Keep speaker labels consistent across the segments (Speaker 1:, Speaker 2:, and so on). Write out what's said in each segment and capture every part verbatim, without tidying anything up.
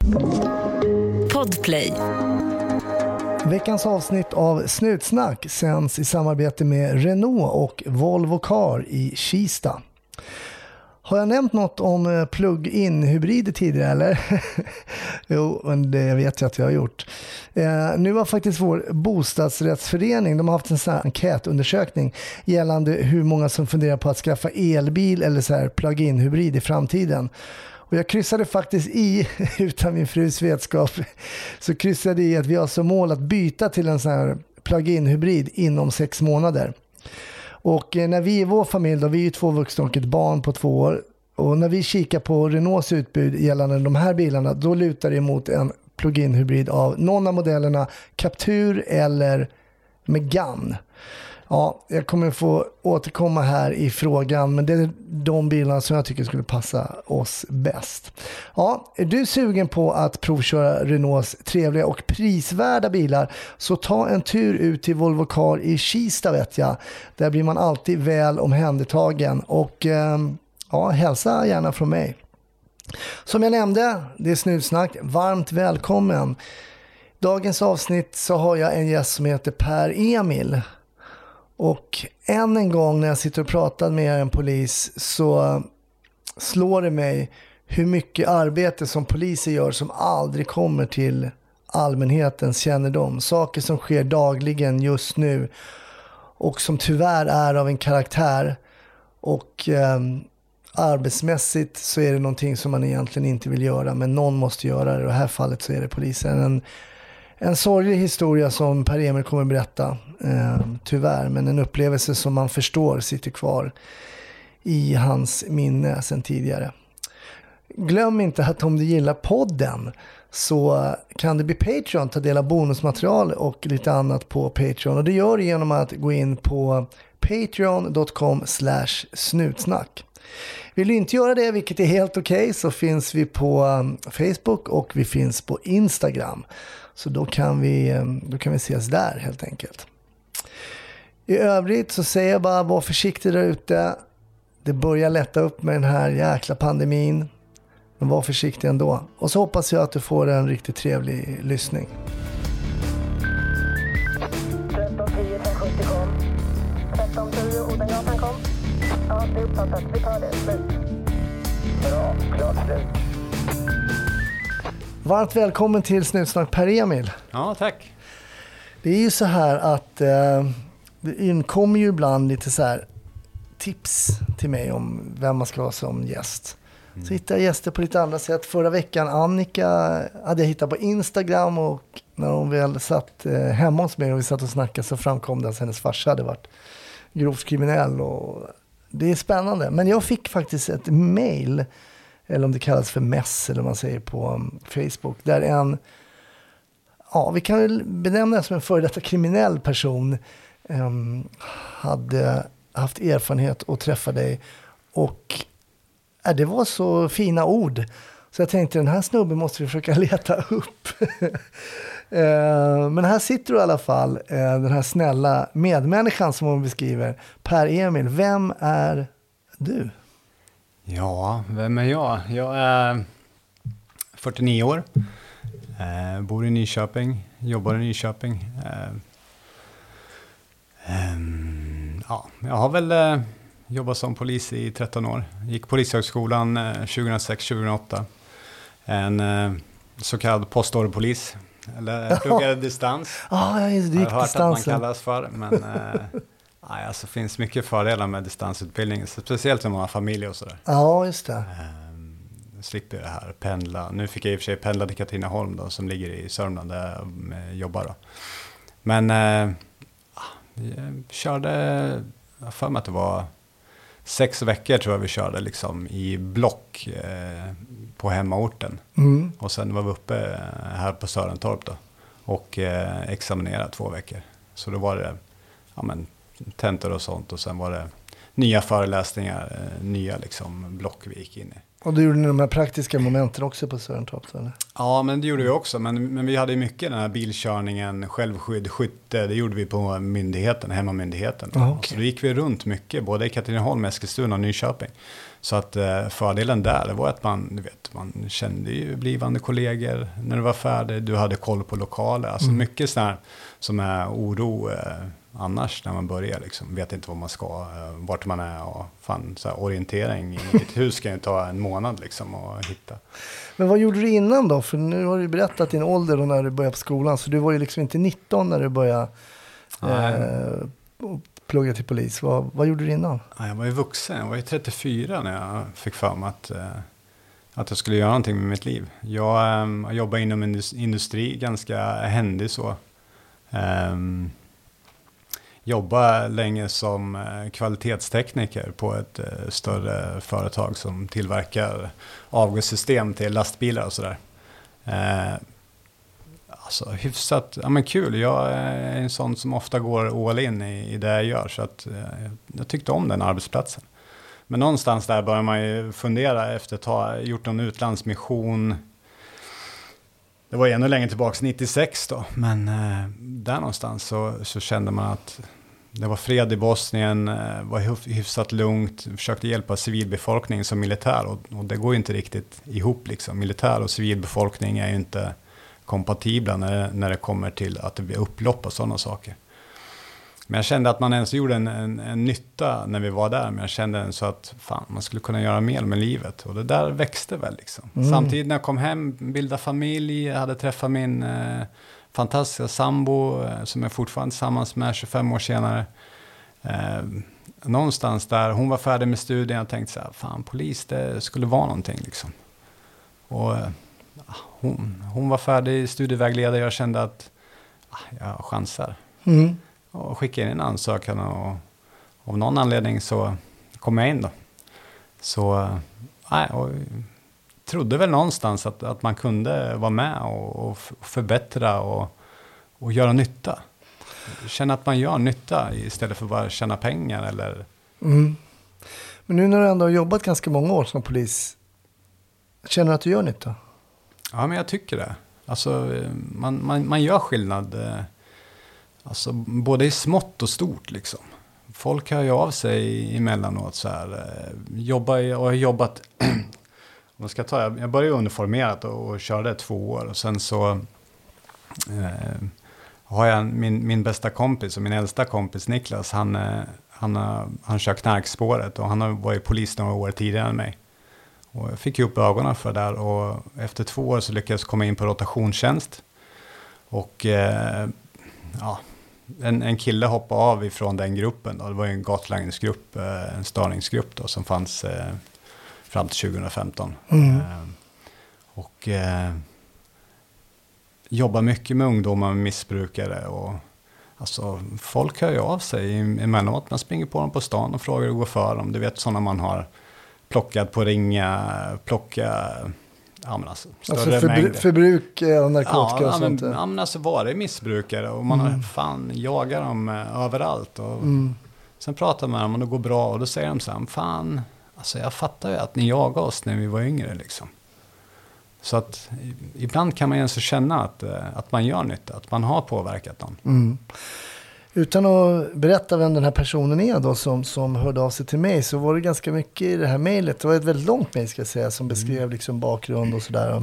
Speaker 1: Podplay.
Speaker 2: Veckans avsnitt av Snutsnack sänds i samarbete med Renault och Volvo Car i Kista. Har jag nämnt något om plug-in hybrider tidigare eller? Jo, men det vet jag att jag har gjort. Eh, nu har faktiskt vår bostadsrättsförening, de har haft en sån här enkätundersökning gällande hur många som funderar på att skaffa elbil eller så här plug-in hybrid i framtiden. Och jag kryssade faktiskt i, utan min frus vetskap, så kryssade i att vi har som mål att byta till en sån här plug-in hybrid inom sex månader. Och när vi i vår familj, då, vi är ju två vuxna och ett barn på två år, och när vi kikar på Renaults utbud gällande de här bilarna, då lutar det emot en plug-in hybrid av någon av modellerna Captur eller Megane. Ja, jag kommer få återkomma här i frågan, men det är de bilarna som jag tycker skulle passa oss bäst. Ja, är du sugen på att provköra Renaults trevliga och prisvärda bilar, så ta en tur ut till Volvo Car i Kista vet jag. Där blir man alltid väl omhändertagen och ja, hälsa gärna från mig. Som jag nämnde, det är Snutsnack, varmt välkommen. Dagens avsnitt så har jag en gäst som heter Per-Emil. Och än en gång när jag sitter och pratar med en polis så slår det mig hur mycket arbete som poliser gör som aldrig kommer till allmänhetens kännedom. Saker som sker dagligen just nu och som tyvärr är av en karaktär. Och eh, arbetsmässigt så är det någonting som man egentligen inte vill göra, men någon måste göra det. Och i det här fallet så är det polisen. En En sorglig historia som Per-Emil kommer berätta, eh, tyvärr, men en upplevelse som man förstår sitter kvar i hans minne sedan tidigare. Glöm inte att om du gillar podden så kan du bli Patreon, ta del av bonusmaterial och lite annat på Patreon. Och det gör du genom att gå in på patreon dot com slash snutsnack. Vill du inte göra det, vilket är helt okej, okay, så finns vi på Facebook och vi finns på Instagram. Så då kan vi, då kan vi ses där helt enkelt. I övrigt så säger jag bara, var försiktig där ute. Det börjar lätta upp med den här jäkla pandemin. Men var försiktig ändå. Och så hoppas jag att du får en riktigt trevlig lyssning.
Speaker 3: tretton tio femhundrasjuttio kom. tretton tio Odengatan kom. Ja, det är uppfattat. Vi tar det. Slut. Bra. Klart slut.
Speaker 2: Varmt välkommen till Snutsnack Per-Emil.
Speaker 4: Ja, tack.
Speaker 2: Det är ju så här att eh, det inkommer ju ibland lite så här tips till mig om vem man ska ha som gäst. Mm. Så hittar jag gäster på lite andra sätt. Förra veckan Annika hade jag hittat på Instagram, och när hon väl satt eh, hemma hos mig och vi satt och snackade så framkom det att hennes farsa hade varit grovt kriminell. Och det är spännande. Men jag fick faktiskt ett mejl, eller om det kallas för mess eller vad man säger på Facebook, där en, ja, vi kan väl benämna det som en före detta kriminell person um, hade haft erfarenhet att träffa dig, och äh, det var så fina ord så jag tänkte, den här snubben måste vi försöka leta upp. uh, men här sitter du i alla fall, uh, den här snälla medmänniskan som hon beskriver, Per-Emil. Vem är du?
Speaker 4: Ja, vem är jag? Jag är fyrtionio år, eh, bor i Nyköping, jobbar i Nyköping. Eh, eh, ja, jag har väl eh, jobbat som polis i tretton år. Gick polishögskolan eh, tjugohundrasex tjugohundraåtta. En eh, så kallad postorderpolis. Eller pluggade distans.
Speaker 2: Ja, det gick
Speaker 4: jag har hört
Speaker 2: distansen.
Speaker 4: att man kallas för, men... Eh, Nej, alltså, det finns mycket fördelar med distansutbildning, speciellt om man har familj och sådär.
Speaker 2: Ja, just det.
Speaker 4: Ehm, slipper det här pendla. Nu fick jag i och för sig pendla till Katrineholm då, som ligger i Sörmland där jag jobbar då. Men eh, jag körde, jag för mig att det var sex veckor tror jag vi körde liksom i block eh, på hemmaorten. Mm. Och sen var vi uppe här på Sörentorp då och eh, examinerade två veckor. Så då var det, ja men, tentor och sånt, och sen var det nya föreläsningar, nya liksom block vi gick in i.
Speaker 2: Och du gjorde de här praktiska momenten också på Sörentorp, eller?
Speaker 4: Ja, men det gjorde vi också. Men, men vi hade ju mycket den här bilkörningen, självskydd, skytte. Det gjorde vi på myndigheten, hemmamyndigheten.
Speaker 2: Ah, okay.
Speaker 4: Så då gick vi runt mycket, både i Katrineholm, Eskilstuna och Nyköping. Så att eh, fördelen där var att man, du vet, man kände ju blivande kollegor när du var färdig. Du hade koll på lokaler. Alltså mm. mycket sådär som är oro eh, annars när man börjar. Liksom. Vet inte vad man ska, eh, vart man är och fan, så här, orientering i ett hus kan ju ta en månad liksom att hitta.
Speaker 2: Men vad gjorde du innan då? För nu har du berättat din ålder och när du började på skolan. Så du var ju liksom inte nitton när du började eh, plugga till polis. Vad, vad gjorde du innan?
Speaker 4: Jag var ju vuxen. Jag var ju trettiofyra när jag fick för mig att, att jag skulle göra någonting med mitt liv. Jag um, jobbade inom industri, ganska händig så. Um, jobbade länge som kvalitetstekniker på ett uh, större företag som tillverkar avgassystem till lastbilar och sådär. Uh, Alltså hyfsat, ja men kul. Jag är en sån som ofta går all in i, i det jag gör. Så att eh, jag tyckte om den arbetsplatsen. Men någonstans där börjar man ju fundera efter att ha gjort någon utlandsmission. Det var ännu längre tillbaka, nittiosex då. Men eh, där någonstans så, så kände man att det var fred i Bosnien. Eh, var hyfsat lugnt. Försökte hjälpa civilbefolkningen som militär. Och, och det går ju inte riktigt ihop liksom. Militär och civilbefolkning är ju inte kompatibla när det, när det kommer till att det blir upplopp och sådana saker. Men jag kände att man ens gjorde en, en, en nytta när vi var där. Men jag kände en så att fan, man skulle kunna göra mer med livet. Och det där växte väl liksom. Mm. Samtidigt när jag kom hem, bildade familj, jag hade träffat min eh, fantastiska sambo eh, som jag fortfarande tillsammans med tjugofem år senare. Eh, någonstans där, hon var färdig med studien och tänkte så här, fan polis, det skulle vara någonting liksom. Och eh, Hon, hon var färdig studievägledare. Jag kände att ah, jag chansar. Mm. Och skickade in en ansökan. Och av någon anledning så kom jag in då. Så nej, och trodde väl någonstans att, att man kunde vara med och, och förbättra och, och göra nytta. Känna att man gör nytta istället för att bara tjäna pengar. Eller...
Speaker 2: Mm. Men nu när du ändå har jobbat ganska många år som polis, känner du att du gör nytta?
Speaker 4: Ja, men jag tycker det. Alltså, man, man, man gör skillnad. Alltså, både i smått och stort liksom. Folk hör ju av sig emellanåt så här. Jobba i, och har jobbat... man ska ta, jag började uniformerat och, och körde två år. Och sen så eh, har jag min, min bästa kompis och min äldsta kompis Niklas. Han, han, han, han kör knarkspåret och han har varit polis några år tidigare än mig. Och jag fick ju upp ögonen för det där och efter två år så lyckades jag komma in på rotationstjänst. Och eh, ja, en, en kille hoppade av ifrån den gruppen. Då. Det var ju en gatlangningsgrupp, eh, en störningsgrupp då, som fanns eh, fram till tjugohundrafemton. Mm. Eh, och eh, jobbar mycket med ungdomar med missbrukare. Och, alltså, folk hör ju av sig emellanåt. Man springer på dem på stan och frågar hur det går för dem. Du vet sådana man har plockat på ringa, plocka, ja men alltså, större
Speaker 2: alltså förbru-
Speaker 4: mängder.
Speaker 2: Förbruk av narkotika
Speaker 4: ja,
Speaker 2: och sånt.
Speaker 4: Men, ja men alltså var det missbrukare och man mm. har fan jagar dem eh, överallt. Och mm. sen pratar man om och det går bra och då säger de så här, fan, alltså jag fattar ju att ni jagade oss när vi var yngre liksom. Så att ibland kan man ju så känna att, att man gör nytta, att man har påverkat dem.
Speaker 2: Mm. Utan att berätta vem den här personen är då som, som hörde av sig till mig så var det ganska mycket i det här mejlet. Det var ett väldigt långt mejl ska jag säga som beskrev mm. liksom bakgrund och sådär.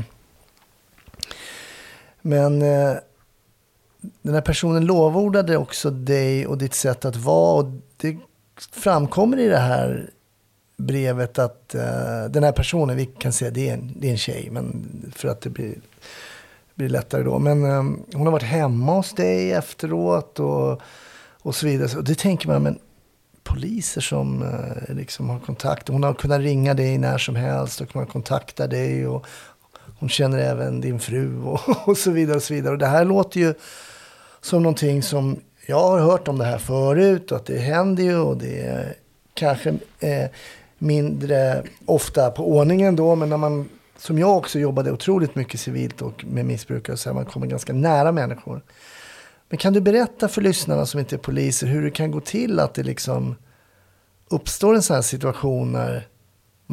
Speaker 2: Men eh, den här personen lovordade också dig och ditt sätt att vara och det framkommer i det här brevet att uh, den här personen, vi kan säga det är en, det är en tjej men för att det blir, blir lättare då. Men um, hon har varit hemma hos dig efteråt och, och så vidare. Och det tänker man, men poliser som uh, liksom har kontakt. Hon har kunnat ringa dig när som helst och man kontaktar dig och hon känner även din fru och, och så vidare och så vidare. Och det här låter ju som någonting som jag har hört om det här förut och att det händer ju och det är kanske eh, mindre ofta på ordningen då, men när man, som jag också jobbade otroligt mycket civilt och med missbrukare så här, man kommer ganska nära människor. Men kan du berätta för lyssnarna som inte är poliser hur det kan gå till att det liksom uppstår en sån här situation när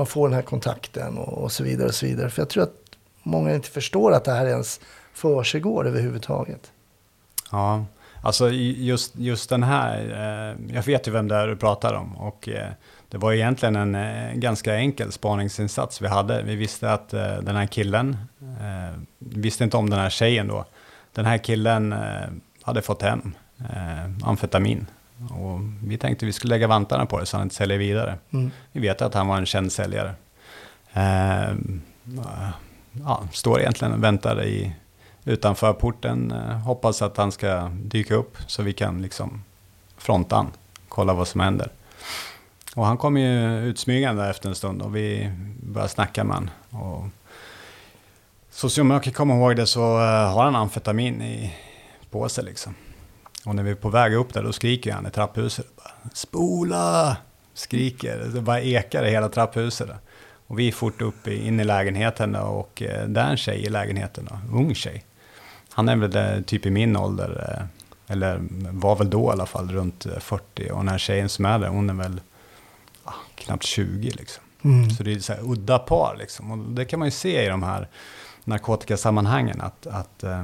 Speaker 2: man får den här kontakten och, och så vidare och så vidare. För jag tror att många inte förstår att det här ens försiggår överhuvudtaget.
Speaker 4: Ja, alltså just, just den här, eh, jag vet ju vem det är du pratar om, och eh, det var egentligen en eh, ganska enkel spaningsinsats vi hade. Vi visste att eh, den här killen, eh, visste inte om den här tjejen då, den här killen eh, hade fått hem eh, amfetamin. Och vi tänkte vi skulle lägga vantarna på det så han inte säljer vidare. Mm. Vi vet att han var en känd säljare. Eh, ja, står egentligen och väntar i, utanför porten. Eh, hoppas att han ska dyka upp så vi kan liksom fronta han, kolla vad som händer. Och han kom ju utsmygande efter en stund och vi började snacka med han. Och så som jag kan komma ihåg det så uh, har han amfetamin i på sig liksom. Och när vi är på väg upp där då skriker han i trapphuset. Bara, spola! Skriker. Det bara ekar i hela trapphuset. Där. Och vi är fort upp i, in i lägenheten då, och uh, där är en tjej i lägenheten. Då, ung tjej. Han är väl uh, typ i min ålder. Uh, eller var väl då i alla fall runt uh, fyrtio. Och den här tjejen som är där, hon är väl uh, knappt tjugo liksom. Mm. Så det är så här udda par liksom. Och det kan man ju se i de här narkotikasammanhangen att, att uh,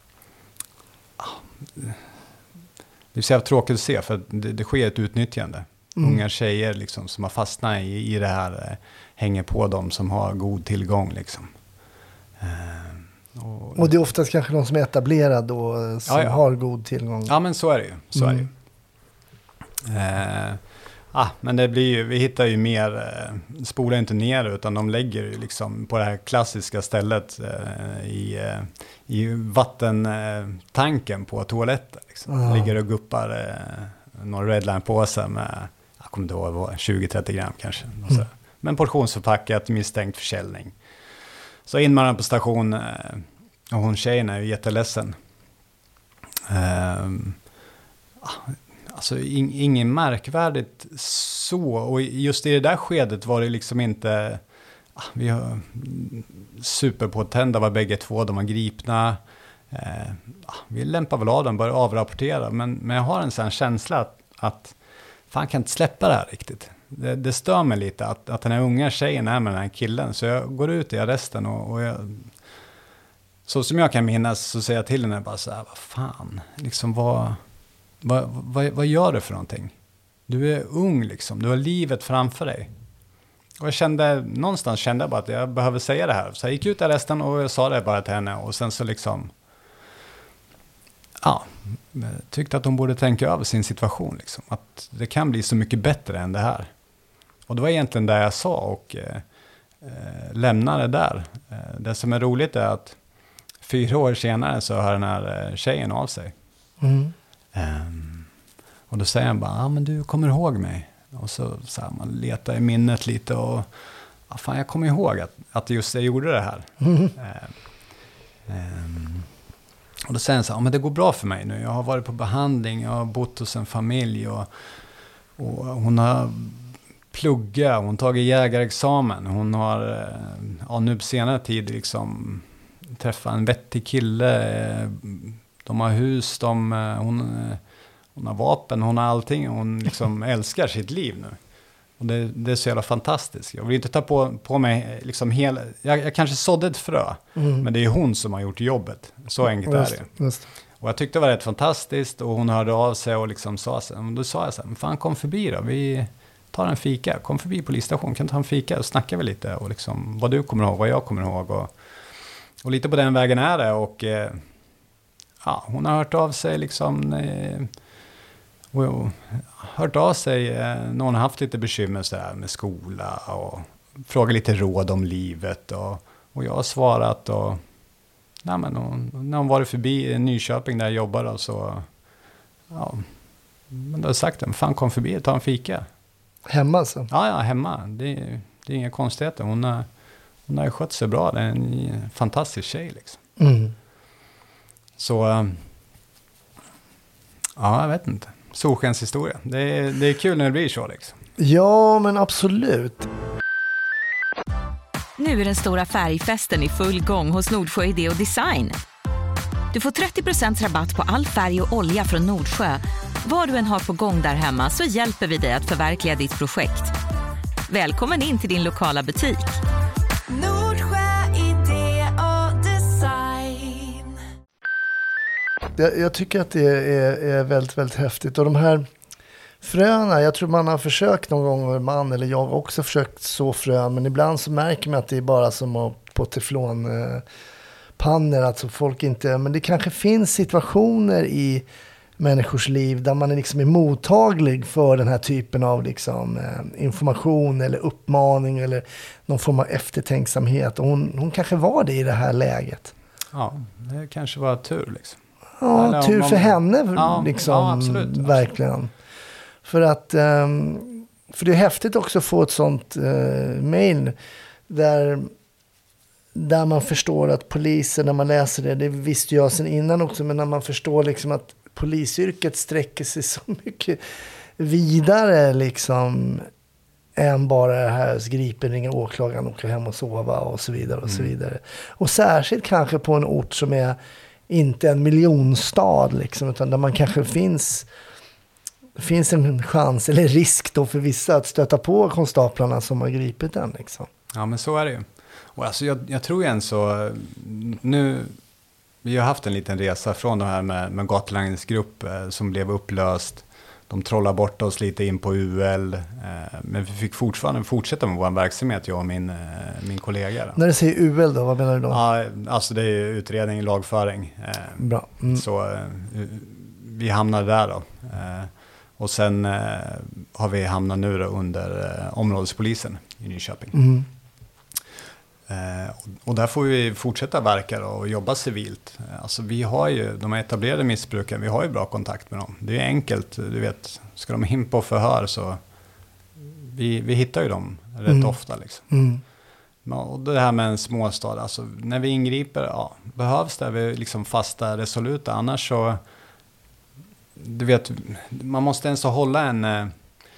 Speaker 4: det är så tråkigt att se för det, det sker ett utnyttjande. Mm. Unga tjejer liksom, som har fastnat i, i det här uh, hänger på dem som har god tillgång liksom. Uh, och,
Speaker 2: och det är oftast kanske de som är etablerade och som ja, ja. har god tillgång.
Speaker 4: Ja, men så är det ju. Så mm. är det ju. Uh, Ah, men det blir ju, vi hittar ju mer, eh, spolar inte ner utan de lägger ju liksom på det här klassiska stället eh, i, eh, i vattentanken på toaletten. Liksom. Mm. Ligger och guppar eh, någon redline-påse med, jag kommer inte ihåg, tjugo till trettio gram kanske. Mm. Men portionsförpackat, misstänkt försäljning. Så in man på station eh, och hon tjejen är ju jätteledsen. Eh, ah, Alltså in, ingen märkvärdigt så. Och just i det där skedet var det liksom inte... Ah, vi har superpåtända var bägge två. De var gripna. Eh, ah, vi lämpar väl av dem, börjar avrapportera. Men, men jag har en sån känsla att, att fan kan inte släppa det här riktigt. Det, det stör mig lite att, att den här unga tjejen är med den här killen. Så jag går ut i arresten och, och jag... Så som jag kan minnas så säger jag till henne bara så här, vad fan, liksom vad... Vad, vad, vad gör du för någonting? Du är ung liksom, du har livet framför dig. Och jag kände, någonstans kände jag bara att jag behöver säga det här. Så jag gick ut i arresten och jag sa det bara till henne. Och sen så liksom, ja, tyckte att hon borde tänka över sin situation liksom. Att det kan bli så mycket bättre än det här. Och det var egentligen det jag sa och eh, lämnade där. Eh, det som är roligt är att fyra år senare så har den här tjejen av sig. Mm. Um, och då säger han bara, ja ah, men du kommer ihåg mig. Och så, så här, man letar i minnet lite och ah, fan jag kommer ihåg att, att just jag gjorde det här. Mm. Uh, um, och då säger han så här, ah, men det går bra för mig nu. Jag har varit på behandling, jag har bott hos en familj och, och hon har pluggat, hon har tagit jägarexamen. Hon har uh, ja, nu på senare tid liksom träffat en vettig kille. Uh, De har hus, de, hon, hon har vapen, hon har allting. Hon liksom älskar sitt liv nu. Och det, det är så jävla fantastiskt. Jag vill inte ta på, på mig liksom hela... Jag, jag kanske sådde ett frö. Mm. Men det är hon som har gjort jobbet. Så enkelt just, är det. Just. Och jag tyckte det var rätt fantastiskt. Och hon hörde av sig och liksom sa så. Då sa jag så här, men fan kom förbi då. Vi tar en fika. Kom förbi polisstationen. Kan ta en fika och snacka väl lite. Och liksom vad du kommer ihåg, vad jag kommer ihåg. Och, och lite på den vägen är det. Och... Eh, Ja, hon har hört av sig liksom, eh, och, hört av sig eh, när hon har haft lite bekymmer så här, med skola och frågat lite råd om livet och, och jag har svarat och nej, men hon, när hon varit förbi Nyköping där jag jobbar och så ja, men då har jag sagt att fan kom förbi och ta en fika.
Speaker 2: Hemma alltså?
Speaker 4: Ja, ja hemma. Det, det är inga konstigheter. Hon har, hon har skött sig bra. Det är en fantastisk tjej liksom. Mm. Så, ja, jag vet inte. Solskenshistoria. Det är, det är kul när det blir så liksom.
Speaker 2: Ja, men absolut.
Speaker 1: Nu är den stora färgfesten i full gång hos Nordsjö Idé och Design. Du får trettio procent rabatt på all färg och olja från Nordsjö. Vad du än har på gång där hemma så hjälper vi dig att förverkliga ditt projekt. Välkommen in till din lokala butik.
Speaker 5: Nordsjö idé och design.
Speaker 2: Jag, jag tycker att det är, är väldigt, väldigt häftigt. Och de här fröna, jag tror man har försökt någon gång, man eller jag har också försökt så frön, men ibland så märker man att det är bara som att på teflonpannor, alltså folk inte, men det kanske finns situationer i människors liv där man är liksom är mottaglig för den här typen av liksom, eh, information eller uppmaning eller någon form av eftertänksamhet. Och hon, hon kanske var det i det här läget.
Speaker 4: Ja, det kanske var tur liksom.
Speaker 2: Ja,
Speaker 4: Eller
Speaker 2: tur
Speaker 4: man,
Speaker 2: för henne
Speaker 4: ja,
Speaker 2: liksom,
Speaker 4: ja, absolut,
Speaker 2: verkligen.
Speaker 4: Absolut.
Speaker 2: För att um, för det är häftigt också att få ett sånt uh, mail där, där man förstår att poliser, när man läser det, det visste jag sedan innan också, men när man förstår liksom att polisyrket sträcker sig så mycket vidare liksom än bara det här gripen, ringa åklagaren, åka hem och sova och så vidare och så vidare. Och särskilt kanske på en ort som är inte en miljonstad liksom, utan där man kanske finns finns en chans eller risk då för vissa att stöta på konstaplarna som har gripit den liksom.
Speaker 4: Ja, men så är det ju. Och alltså jag, jag tror ju en så nu vi har haft en liten resa från det här med, med gatulangningsgrupp eh, som blev upplöst. De trollade bort oss lite in på U L. Eh, men vi fick fortfarande fortsätta med vår verksamhet, jag och min, eh, min kollega. Då.
Speaker 2: När du säger U L då, vad menar du då?
Speaker 4: Ja, alltså det är utredning, lagföring. Eh,
Speaker 2: Bra. Mm.
Speaker 4: Så eh, vi hamnade där då. Eh, och sen eh, har vi hamnat nu då under eh, områdespolisen i Nyköping.
Speaker 2: Mm.
Speaker 4: Eh, och där får vi fortsätta verka och jobba civilt. Alltså vi har ju, de etablerade missbrukare, vi har ju bra kontakt med dem. Det är enkelt, du vet, ska de in på förhör så vi, vi hittar ju dem rätt
Speaker 2: Mm.
Speaker 4: ofta liksom.
Speaker 2: Mm.
Speaker 4: Och det här med en småstad, alltså när vi ingriper, ja, behövs det vi liksom fasta resoluta, annars så du vet, man måste ens hålla en eh,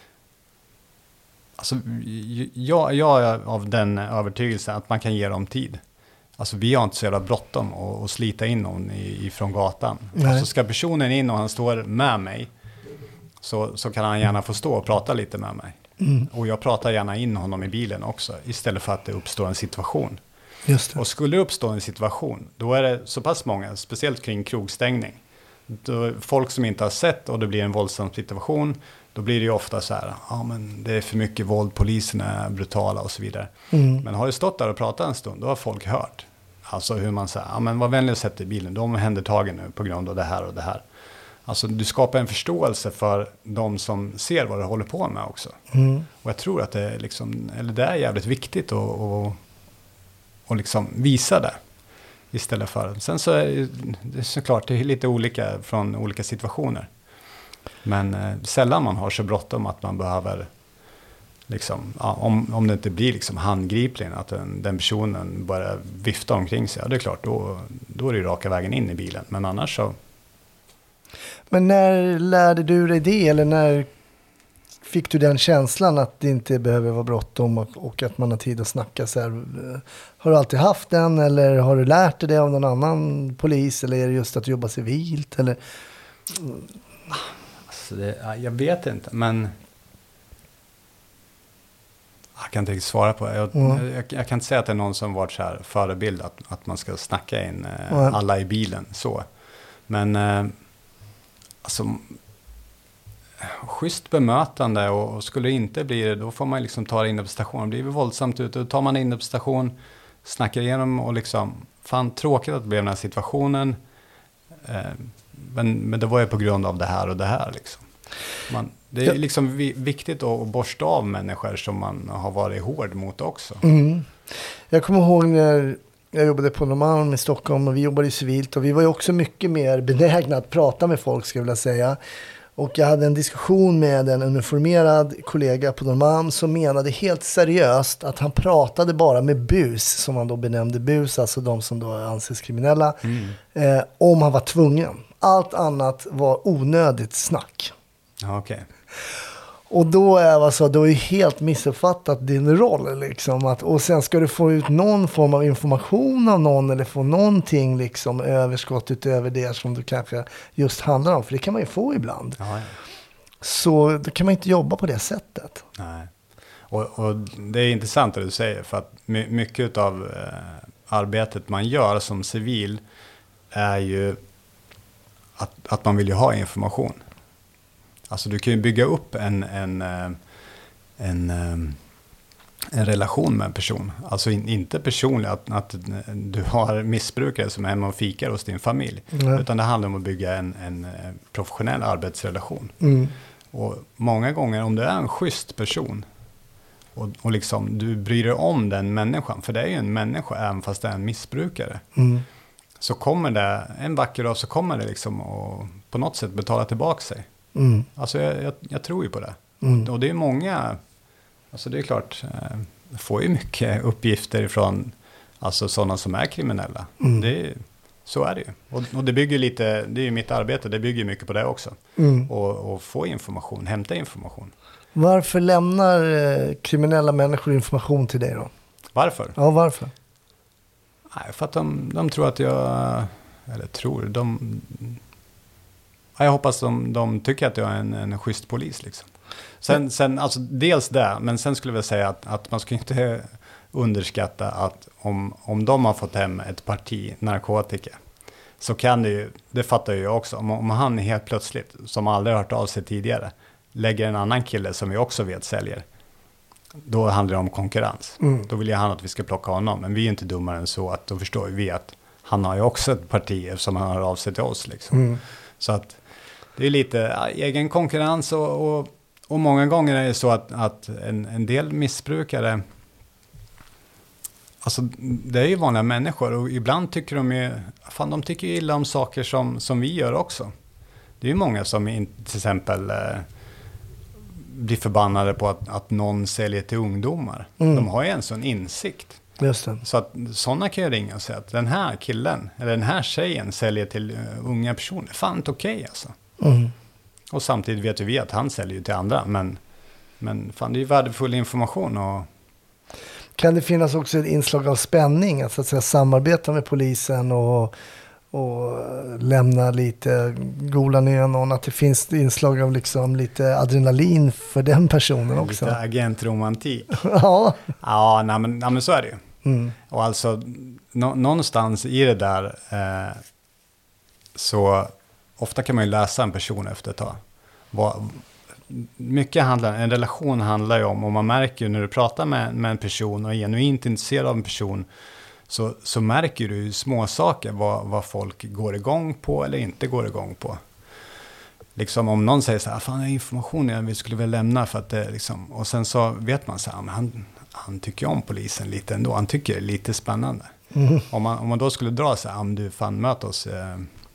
Speaker 4: alltså jag, jag är av den övertygelsen att man kan ge dem tid. Alltså vi har inte så jävla bråttom att, att slita in någon ifrån gatan. Alltså ska personen in och han står med mig så, så kan han gärna få stå och prata lite med mig. Mm. Och jag pratar gärna in honom i bilen också istället för att det uppstår en situation.
Speaker 2: Just det.
Speaker 4: Och skulle det uppstå en situation, då är det så pass många, speciellt kring krogstängning. Då, folk som inte har sett och det blir en våldsam situation, då blir det ju ofta så här, ja men det är för mycket våld, poliserna är brutala och så vidare. Mm. Men har du stått där och pratat en stund, då har folk hört. Alltså hur man säger, ja men vad vänlig sätt i bilen, de är händertagen nu på grund av det här och det här. Alltså du skapar en förståelse för de som ser vad du håller på med också. Mm. Och jag tror att det är liksom, eller det är jävligt viktigt att och, och liksom visa det. Istället för, sen så är det såklart det är lite olika från olika situationer. Men eh, sällan man har så bråttom att man behöver liksom, ja, om, om det inte blir liksom handgripligen att den, den personen börjar vifta omkring sig, ja det är klart, då, då är det raka vägen in i bilen. Men annars så...
Speaker 2: Men när lärde du dig det, eller när fick du den känslan att det inte behöver vara bråttom och, och att man har tid att snacka så här? Har du alltid haft den, eller har du lärt dig det av någon annan polis, eller är det just att jobba civilt, eller...
Speaker 4: Alltså det, jag vet inte, men jag kan inte riktigt svara på det. Jag, mm. jag, jag kan inte säga att det är någon som varit så här förebild att, att man ska snacka in eh, mm. alla i bilen så. Men eh, alltså schysst bemötande, och, och skulle det inte bli det, då får man liksom ta det in på station. Blir det våldsamt ute, då tar man in på station, snackar igenom och liksom, fan tråkigt att det blev den här situationen. Eh, men, men det var ju på grund av det här och det här liksom. Man, det är ja. liksom vi, viktigt att borsta av människor som man har varit hård mot också.
Speaker 2: Mm. Jag kommer ihåg när jag jobbade på Norrmalm i Stockholm, och vi jobbade ju civilt, och vi var ju också mycket mer benägna att prata med folk, ska jag vilja säga. Och jag hade en diskussion med en uniformerad kollega på Norrmalm som menade helt seriöst att han pratade bara med bus, som han då benämnde bus, alltså de som då anses kriminella, mm. eh, om han var tvungen. Allt annat var onödigt snack.
Speaker 4: Ja, okej. Okay.
Speaker 2: Och då är alltså, då är helt missuppfattat din roll liksom, att, och sen ska du få ut någon form av information av någon, eller få någonting liksom överskott utöver det som du kanske just handlar om, för det kan man ju få ibland.
Speaker 4: Ja, ja.
Speaker 2: Så då kan man inte jobba på det sättet.
Speaker 4: Nej. Och, och det är intressant det du säger, för att my, mycket av eh, arbetet man gör som civil är ju att, att man vill ju ha information. Alltså du kan ju bygga upp en, en, en, en, en relation med en person. Alltså in, inte personligt att, att du har missbrukare som är hemma och fikar hos din familj. Mm. Utan det handlar om att bygga en, en professionell arbetsrelation. Mm. Och många gånger om du är en schysst person och, och liksom du bryr dig om den människan, för det är ju en människa även fast det är en missbrukare. Mm. Så kommer det, en vacker dag så kommer det liksom att på något sätt betala tillbaka sig. Mm. Alltså jag, jag, jag tror ju på det. Mm. Och, och det är många, alltså det är klart, eh, jag får ju mycket uppgifter från alltså sådana som är kriminella. Mm. Det är, så är det ju. Och, och det bygger lite, det är ju mitt arbete, det bygger mycket på det också. Mm. Och, och få information, hämta information.
Speaker 2: Varför lämnar eh, kriminella människor information till dig då?
Speaker 4: Varför?
Speaker 2: Ja, varför?
Speaker 4: Nej, för att de, de tror att jag, eller tror, de, ja, jag hoppas de, de tycker att jag är en, en schysst polis liksom. Sen, sen, alltså dels det, men sen skulle jag säga att, att man ska inte underskatta att om, om de har fått hem ett parti narkotika, så kan det ju, det fattar ju jag också, om, om han helt plötsligt, som aldrig hört av sig tidigare, lägger en annan kille som vi också vet säljer, då handlar det om konkurrens. Mm. Då vill jag han att vi ska plocka honom, men vi är inte dummare än så att då förstår vi att han har ju också ett parti som han har av sig till oss liksom. Mm. Så att det är lite ja, egen konkurrens och, och, och många gånger är det så att, att en, en del missbrukare, alltså det är ju vanliga människor och ibland tycker de ju, fan de tycker ju illa om saker som, som vi gör också. Det är ju många som inte, till exempel eh, blir förbannade på att, att någon säljer till ungdomar. Mm. De har ju en sån insikt.
Speaker 2: Just det.
Speaker 4: Så att sådana kan ju ringa och säga att den här killen eller den här tjejen säljer till uh, unga personer. Fan inte okej okay, alltså. Mm. Och samtidigt vet ju vi att han säljer till andra. Men, men fan det är ju värdefull information. Och
Speaker 2: kan det finnas också ett inslag av spänning? Att, så att säga, samarbeta med polisen och, och lämna lite gola ner någon. Att det finns inslag av liksom lite adrenalin för den personen också.
Speaker 4: Lite agentromantik.
Speaker 2: Ja.
Speaker 4: Ja, nej, men, nej, men så är det ju. Mm. Och alltså nå- någonstans i det där eh, så ofta kan man ju läsa en person efter ett tag. Vad, mycket handlar, en relation handlar ju om, och man märker ju när du pratar med, med en person och är genuint intresserad av en person, så, så märker du ju små saker vad, vad folk går igång på eller inte går igång på. Liksom om någon säger så här, fan det är information jag vi skulle väl lämna för att det liksom, och sen så vet man så här, men han, han tycker om polisen lite ändå, han tycker det är lite spännande. Mm. Om, man, om man då skulle dra så här, om du fan möt oss eh,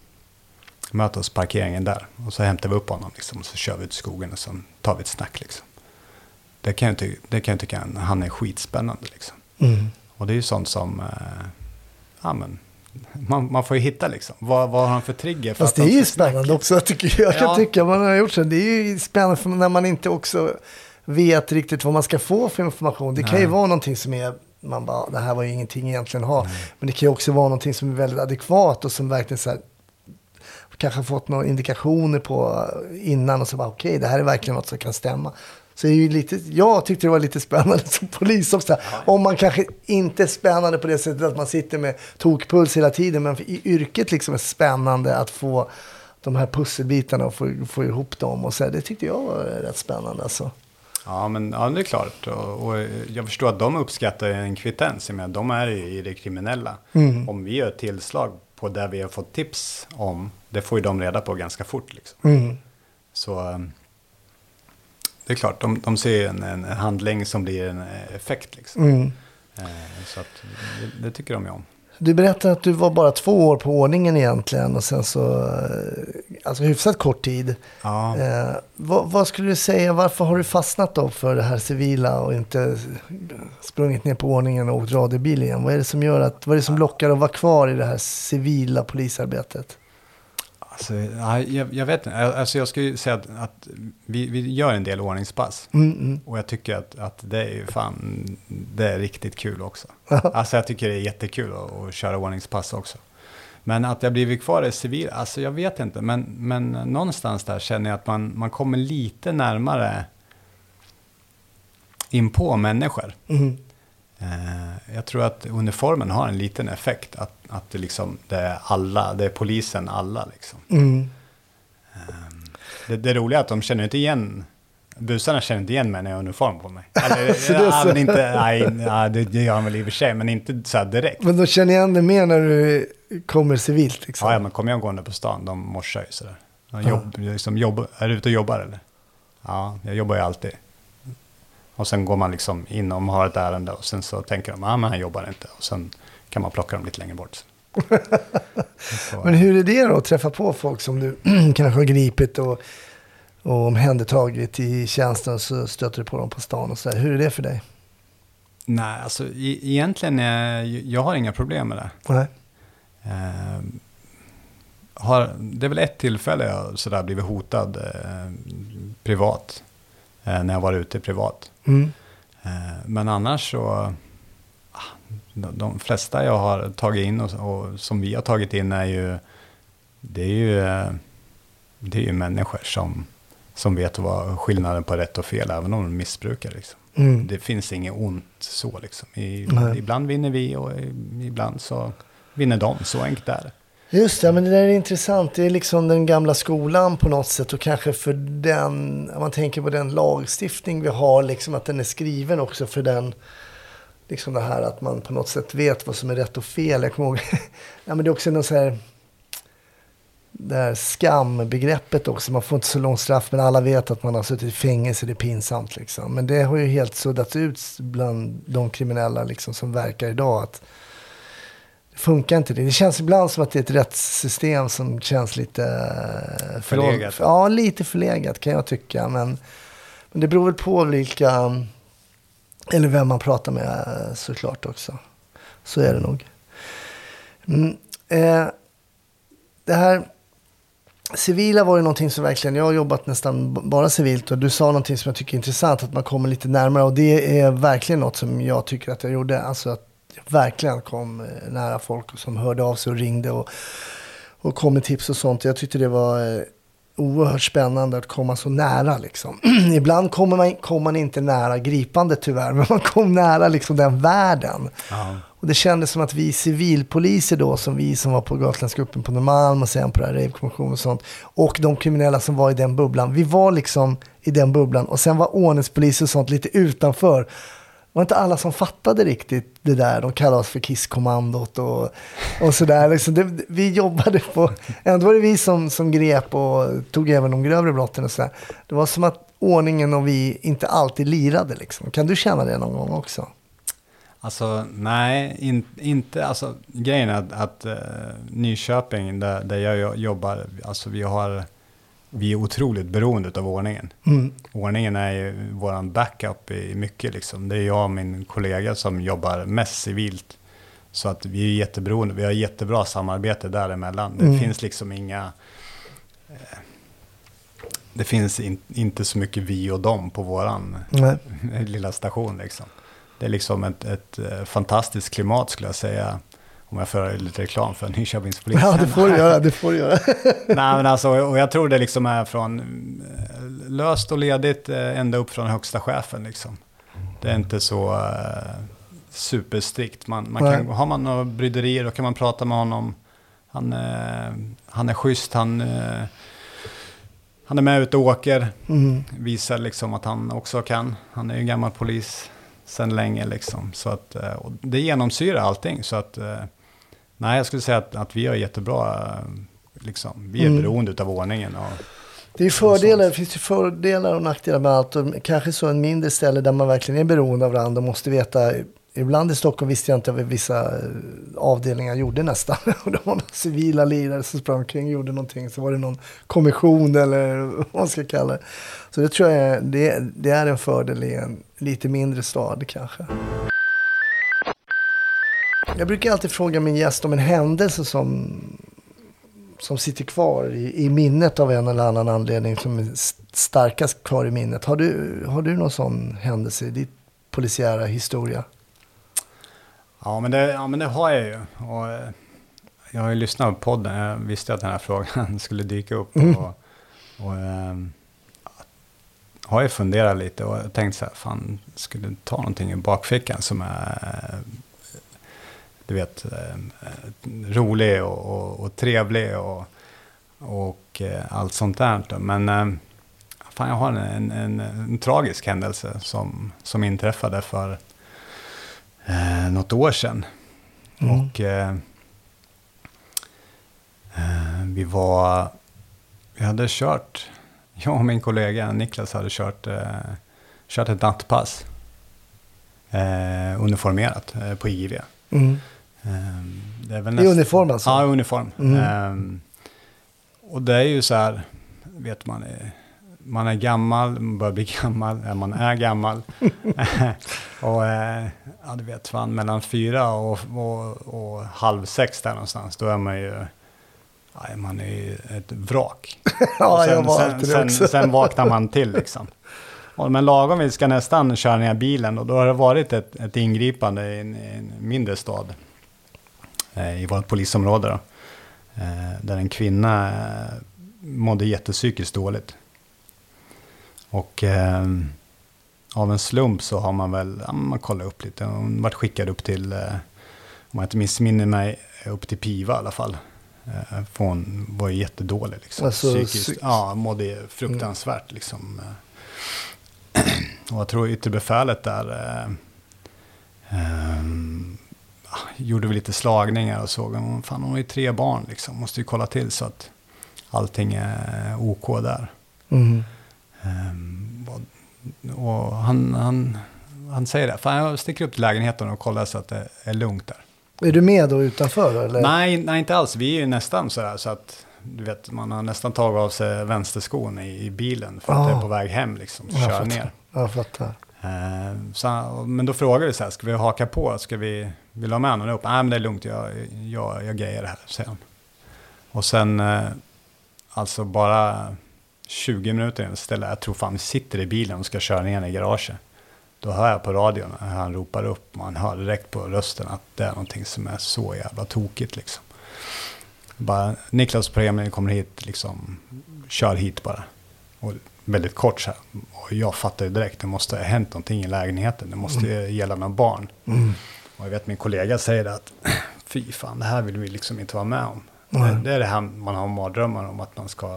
Speaker 4: möt oss parkeringen där och så hämtar vi upp honom liksom, och så kör vi ut i skogen och så tar vi ett snack liksom. Det kan jag tycka, det kan jag tycka han är skitspännande liksom. Mm. Och det är ju sånt som eh, ja men man, man får ju hitta liksom. Vad, vad har han för trigger? För
Speaker 2: Fast att det är ju spännande snacka också. Jag, tycker, jag kan ja. tycka man har gjort så. Det är ju spännande för när man inte också vet riktigt vad man ska få för information. Det Nej. kan ju vara någonting som är, man bara, det här var ju ingenting egentligen att ha. Nej. Men det kan ju också vara någonting som är väldigt adekvat och som verkligen så här, kanske fått några indikationer på innan och så bara okej, okay, det här är verkligen något som kan stämma. Så det är ju lite, jag tyckte det var lite spännande som polis också. Ja. Om man kanske inte är spännande på det sättet att man sitter med tokpuls hela tiden, men i yrket liksom är spännande att få de här pusselbitarna och få, få ihop dem. Och så, det tyckte jag var rätt spännande. Alltså.
Speaker 4: Ja, men ja, det är klart. Och, och jag förstår att de uppskattar en kvittens. Men de är i det kriminella. Mm. Om vi gör ett tillslag på där vi har fått tips om, det får ju de reda på ganska fort. Liksom. Mm. Så det är klart, de, de ser en, en handling som blir en effekt. Liksom. Mm. Eh, så att, det, det tycker de ju om.
Speaker 2: Du berättade att du var bara två år på ordningen egentligen och sen så, alltså hyfsat kort tid. Ja. Eh, vad, vad skulle du säga, varför har du fastnat då för det här civila och inte sprungit ner på ordningen och åkt radiobil igen? Vad är det som gör att, vad är det som lockar att vara kvar i det här civila polisarbetet?
Speaker 4: Alltså, jag, jag vet inte, alltså jag skulle säga att, att vi, vi gör en del ordningspass. Mm, mm. Och jag tycker att, att det är ju fan, det är riktigt kul också. Alltså jag tycker det är jättekul att, att köra ordningspass också. Men att jag blivit kvar i civil, alltså jag vet inte. Men, men någonstans där känner jag att man, man kommer lite närmare, in på människor.
Speaker 2: Mm.
Speaker 4: Eh, jag tror att uniformen har en liten effekt. Att, att det, liksom, det är alla, det är polisen alla. Liksom.
Speaker 2: Mm.
Speaker 4: Eh, det, det är roliga är att de känner inte igen, busarna känner inte igen mig när jag har uniform på mig. Eller,
Speaker 2: Så det är
Speaker 4: ja,
Speaker 2: så.
Speaker 4: men inte, nej, nej, det det gör de väl i och för sig, men inte så här direkt.
Speaker 2: Men de känner igen det mer när du kommer civilt liksom.
Speaker 4: Ja, ja, men kommer jag gående på stan, de morsar ju sådär. De
Speaker 2: Ja.
Speaker 4: jobb, liksom jobb, är du ute och jobbar eller? Ja, jag jobbar ju alltid. Och sen går man liksom in och har ett ärende och sen så tänker de, ja men han jobbar inte. Och sen kan man plocka dem lite längre bort. Så,
Speaker 2: Men hur är det då att träffa på folk som du kanske har gripit och, och omhändertagit i tjänsten, så stöter du på dem på stan och så där. Hur är det för dig?
Speaker 4: nej, alltså e- egentligen, eh, jag har inga problem med det.
Speaker 2: Nej.
Speaker 4: Eh, har, det är väl ett tillfälle jag sådär blivit hotad eh, privat. Eh, när jag var ute privat.
Speaker 2: Mm.
Speaker 4: Eh, men annars så, ah, de, de flesta jag har tagit in och, och som vi har tagit in är ju, det är ju, eh, det är ju människor som, som vet vad skillnaden på rätt och fel, även om de missbrukar liksom.
Speaker 2: Mm.
Speaker 4: Det finns inget ont så liksom. I,
Speaker 2: Nej.
Speaker 4: ibland vinner vi och ibland så vinner de, så enkelt är det.
Speaker 2: Just det, men det där är intressant. Det är liksom den gamla skolan på något sätt, och kanske för den, om man tänker på den lagstiftning vi har, liksom att den är skriven också för den, liksom det här att man på något sätt vet vad som är rätt och fel. Jag kommer ihåg, ja, men det är också något så här, det här skambegreppet också. Man får inte så lång straff, men alla vet att man har suttit i fängelse, det är pinsamt liksom. Men det har ju helt suddats ut bland de kriminella liksom som verkar idag, att det funkar inte det. Det känns ibland som att det är ett rättssystem som känns lite
Speaker 4: Förlegat.
Speaker 2: Ja, lite förlegat kan jag tycka. Men, men det beror väl på vilka, eller vem man pratar med såklart också. Så är det nog. Mm, eh, det här civila var ju någonting som verkligen, jag har jobbat nästan bara civilt, och du sa någonting som jag tycker är intressant, att man kommer lite närmare, och det är verkligen något som jag tycker att jag gjorde. Alltså att verkligen kom nära folk som hörde av sig och ringde och, och kom med tips och sånt. Jag tyckte det var eh, oerhört spännande att komma så nära liksom. Ibland kommer man, kom man inte nära gripande tyvärr, men man kom nära liksom den världen.
Speaker 4: Ja.
Speaker 2: Och det kändes som att vi civilpoliser då, som vi som var på Gatlandsgruppen på Norrmalm och sen på det här rejvkommissionen och sånt, och de kriminella som var i den bubblan, vi var liksom i den bubblan, och sen var ordningspoliser och sånt lite utanför. Det var inte alla som fattade riktigt det där. De kallade oss för kisskommandot och, och sådär. Liksom det, vi jobbade på... Ändå var det vi som, som grep och tog även de grövre brotten och sådär. Det var som att ordningen och vi inte alltid lirade. Liksom. Kan du känna det någon gång också?
Speaker 4: Alltså, nej, in, inte. Alltså, grejen är att, att uh, Nyköping, där, där jag jobbar, alltså vi har... Vi är otroligt beroende av ordningen.
Speaker 2: Mm.
Speaker 4: Ordningen är ju våran backup i mycket. Liksom. Det är jag och min kollega som jobbar mest civilt. Så att vi är jätteberoende. Vi har jättebra samarbete däremellan. Det
Speaker 2: Mm.
Speaker 4: finns liksom inga... Eh, det finns in, inte så mycket vi och dem på våran
Speaker 2: Nej.
Speaker 4: lilla station. Liksom. Det är liksom ett, ett, ett fantastiskt klimat skulle jag säga. Om jag får lite reklam för Nyköpingspolisen.
Speaker 2: Ja, det får du göra. Det får du göra.
Speaker 4: Nej, men alltså, och jag tror det liksom är från löst och ledigt ända upp från högsta chefen. Liksom. Det är inte så uh, superstrikt. Man, man kan, har man några bryderier, då kan man prata med honom. Han, uh, han är schysst. Han, uh, han är med ut och åker. Mm. Visar liksom att han också kan. Han är ju gammal polis sedan länge. Liksom. Så att, uh, och det genomsyrar allting. Så att... Uh, Nej, jag skulle säga att, att vi gör jättebra, liksom. Vi är mm. beroende av ordningen. Och,
Speaker 2: det är fördelar, det finns ju fördelar och nackdelar med allt. Och kanske så en mindre ställe där man verkligen är beroende av varandra och måste veta. Ibland i Stockholm visste jag inte vad vissa avdelningar gjorde nästan. Och de var civila lirare som sprang omkring och gjorde någonting. Så var det någon kommission eller vad man ska kalla det. Så det tror jag det, det är en fördel i en lite mindre stad kanske. Jag brukar alltid fråga min gäst om en händelse som, som sitter kvar i, i minnet av en eller annan anledning, som är starkast kvar i minnet. Har du, har du någon sån händelse i ditt polisiära historia?
Speaker 4: Ja, men det, ja, men det har jag ju. Och, jag har ju lyssnat på podden. Jag visste att den här frågan skulle dyka upp.
Speaker 2: Mm.
Speaker 4: Och, och, har jag funderat lite och tänkt så här, fan, skulle ta någonting i bakfickan som är, du vet, rolig och, och, och trevlig och, och allt sånt där. Men fan, jag har en, en, en, en tragisk händelse som, som inträffade för eh, något år sedan. Mm. Och eh, vi var, vi hade kört, jag och min kollega Niklas hade kört, eh, kört ett nattpass eh, uniformerat eh, på I G V. Mm. Eh, det är väl näst...
Speaker 2: I uniform alltså?
Speaker 4: Ja, uniform. Mm. Eh, och det är ju så här, vet man, man är gammal, man börjar bli gammal, ja, man är gammal. Och eh, ja, du vet, fan, mellan fyra och, och, och halv sex där någonstans, då är man ju, ja, man är ju ett vrak.
Speaker 2: Ja,
Speaker 4: sen,
Speaker 2: jag var
Speaker 4: sen, sen, sen, sen vaknar man till liksom. Och, men lagom vi ska nästan köra ner bilen, och då har det varit ett, ett ingripande i en, i en mindre stad eh, i vårt polisområde då, eh, där en kvinna eh, mådde jättepsykiskt dåligt. Och eh, av en slump så har man väl, ja, man kollar upp lite. Hon varit skickad upp till, eh, om jag inte missminner mig, upp till Piva i alla fall. Eh, för hon var ju jättedålig liksom.
Speaker 2: Alltså,
Speaker 4: psykiskt.
Speaker 2: psyk-
Speaker 4: Ja, mådde fruktansvärt mm. liksom. Och jag tror ytterbefälet där eh, eh, gjorde vi lite slagningar och såg, fan, hon har ju tre barn liksom. Måste ju kolla till så att allting är OK där.
Speaker 2: Mm.
Speaker 4: Um, och, och han, han, han säger det. Fan, jag sticker upp till lägenheten och kollar så att det är lugnt där.
Speaker 2: Är du med då utanför? Eller?
Speaker 4: Nej, nej, inte alls. Vi är ju nästan sådär så att, du vet, man har nästan tagit av sig vänsterskon i, i bilen för att
Speaker 2: ah.
Speaker 4: det är på väg hem liksom.
Speaker 2: Jag
Speaker 4: Kör
Speaker 2: fattar.
Speaker 4: ner.
Speaker 2: Jag fattar.
Speaker 4: Uh, så, men då frågar vi så här, ska vi haka på? Ska vi, vill ha med honom upp? Nej, men det är lugnt. Jag, jag, jag grejer det här, säger han. Och sen, uh, alltså bara tjugo minuter ställer, jag tror fan vi sitter i bilen och ska köra ner i garaget. Då hör jag på radion när han ropar upp, man hör direkt på rösten att det är någonting som är så jävla tokigt liksom. Bara, Niklas Premien kommer hit liksom, kör hit bara. Och väldigt kort så här. Och jag fattar ju direkt, det måste ha hänt någonting i lägenheten, det måste mm. gälla några barn. Mm. Och jag vet min kollega säger att fy fan, det här vill vi liksom inte vara med om. Mm. Det, det är det här man har mardrömmar om att man ska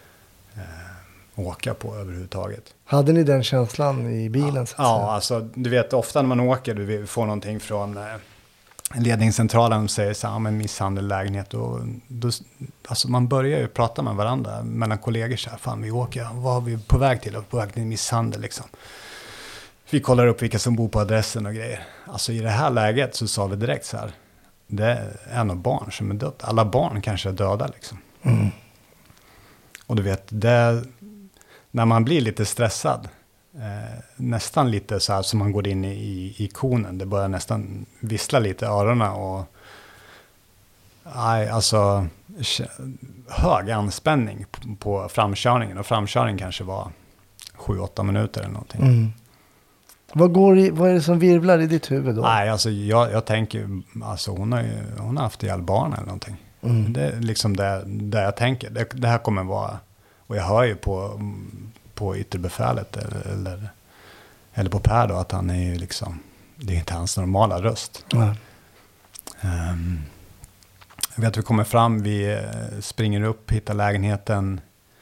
Speaker 4: Eh, åka på överhuvudtaget.
Speaker 2: Hade ni den känslan i bilen?
Speaker 4: Ja, ja, alltså du vet ofta när man åker, du får någonting från eh, ledningscentralen och säger så här, men misshandel, lägenhet, och då, alltså man börjar ju prata med varandra mellan kollegor så här, fan vi åker, vad är vi på väg till? På väg till misshandel liksom. Vi kollar upp vilka som bor på adressen och grejer. Alltså i det här läget så sa vi direkt så här, det är en av barn som är dött. Alla barn kanske är döda liksom. Mm. Och du vet, det, när man blir lite stressad, eh, nästan lite så här som man går in i, i, i konen, det börjar nästan vissla lite i öronen och nej, alltså hög anspänning på, på framkörningen, och framkörningen kanske var sju åtta minuter eller någonting. Mm.
Speaker 2: Vad, går i, vad är det som virvlar i ditt huvud då?
Speaker 4: Nej, alltså jag, jag tänker, alltså hon har ju, hon har haft ihjäl barn eller någonting. Mm. Det är liksom det, det jag tänker. Det, det här kommer vara, och jag hör ju på, på ytterbefälet eller, eller, eller på Per då, att han är ju liksom, det är inte hans normala röst. Mm. Um, jag vet att vi kommer fram, vi springer upp, hittar lägenheten.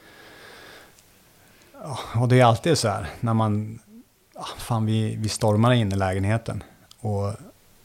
Speaker 4: Och det är alltid så här, när man, fan vi, vi stormar in i lägenheten. Och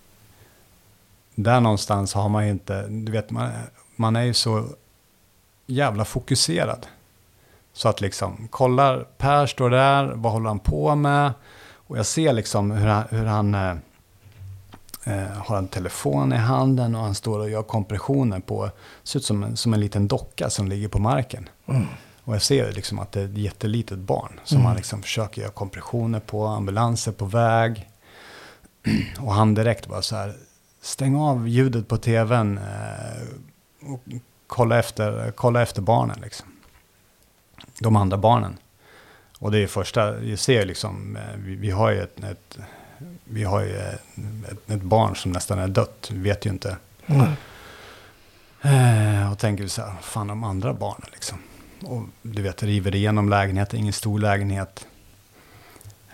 Speaker 4: där någonstans har man ju inte, du vet, man, man är ju så jävla fokuserad. Så att liksom, kollar, Per står där, vad håller han på med? Och jag ser liksom hur han, hur han eh, har en telefon i handen och han står och gör kompressioner på, ser ut som en, som en liten docka som ligger på marken. Mm. Och jag ser liksom att det är ett jättelitet barn som mm. han liksom försöker göra kompressioner på, ambulanser på väg. Och han direkt bara så här, stäng av ljudet på tvn eh, och kolla efter, kolla efter barnen liksom. De andra barnen. Och det är första, jag ser liksom, eh, vi, vi har ju ett, ett vi har ju ett, ett, ett barn som nästan är dött, vi vet ju inte. Mm. Eh, och tänker så här, fan de andra barnen liksom. Och du vet, river igenom lägenheten, ingen stor lägenhet.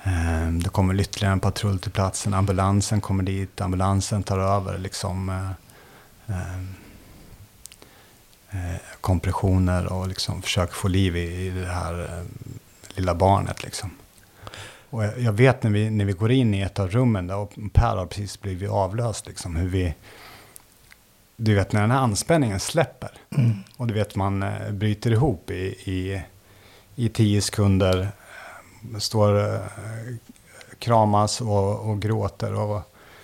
Speaker 4: Eh, det kommer ytterligare en patrull till platsen. Ambulansen kommer dit. Ambulansen tar över liksom eh, eh, kompressioner och liksom försöker få liv i, i det här eh, lilla barnet liksom. Och jag, jag vet när vi, när vi går in i ett av rummen där och Per har precis blivit avlöst liksom, hur vi, du vet när den här anspänningen släpper mm. och du vet man eh, bryter ihop i, i, i tio sekunder, eh, står eh, kramas och, och gråter och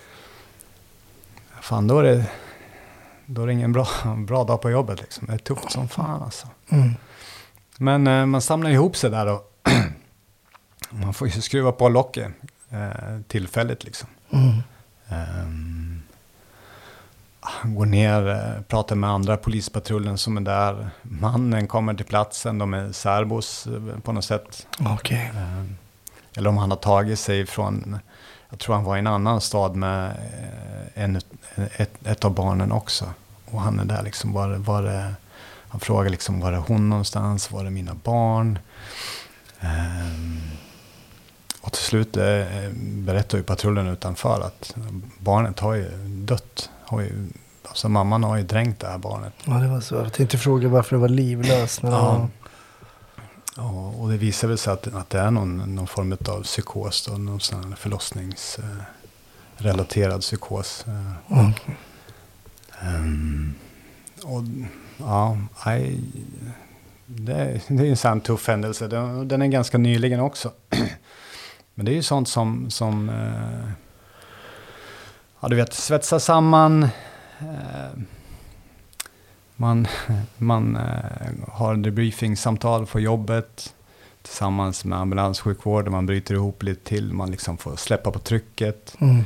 Speaker 4: fan då är det då är det ingen bra, bra dag på jobbet liksom. Det är tufft som fan alltså. Mm. Men eh, man samlar ihop sig där och man får ju skruva på locket eh, tillfälligt liksom. Mm. Um, går ner, eh, pratar med andra polispatrullen som är där. Mannen kommer till platsen, de är serbos eh, på något sätt.
Speaker 2: Okay.
Speaker 4: Um, eller om han har tagit sig från, jag tror han var i en annan stad med eh, en, ett, ett av barnen också. Och han är där liksom, var, var det, han frågar liksom, var är hon någonstans? Var är mina barn? Um, Och till slut eh, berättar ju patrullen utanför att barnet har ju dött. Har ju, alltså mamman har ju dränkt det här barnet.
Speaker 2: Ja, det var så. Jag tänkte fråga varför det var livlöst. Men
Speaker 4: ja. Ja, och det visar väl sig att, att det är någon, någon form av psykos. Då, någon sån förlossningsrelaterad eh, psykos. Eh.
Speaker 2: Mm.
Speaker 4: Um, och ja, I, det, det är en sån tuff händelse. Den, den är ganska nyligen också. Men det är ju sånt som, som eh, ja, du vet, svetsar samman. Eh, man man eh, har debriefing-samtal på jobbet tillsammans med ambulanssjukvård. Man bryter ihop lite till. Man liksom får släppa på trycket. Mm.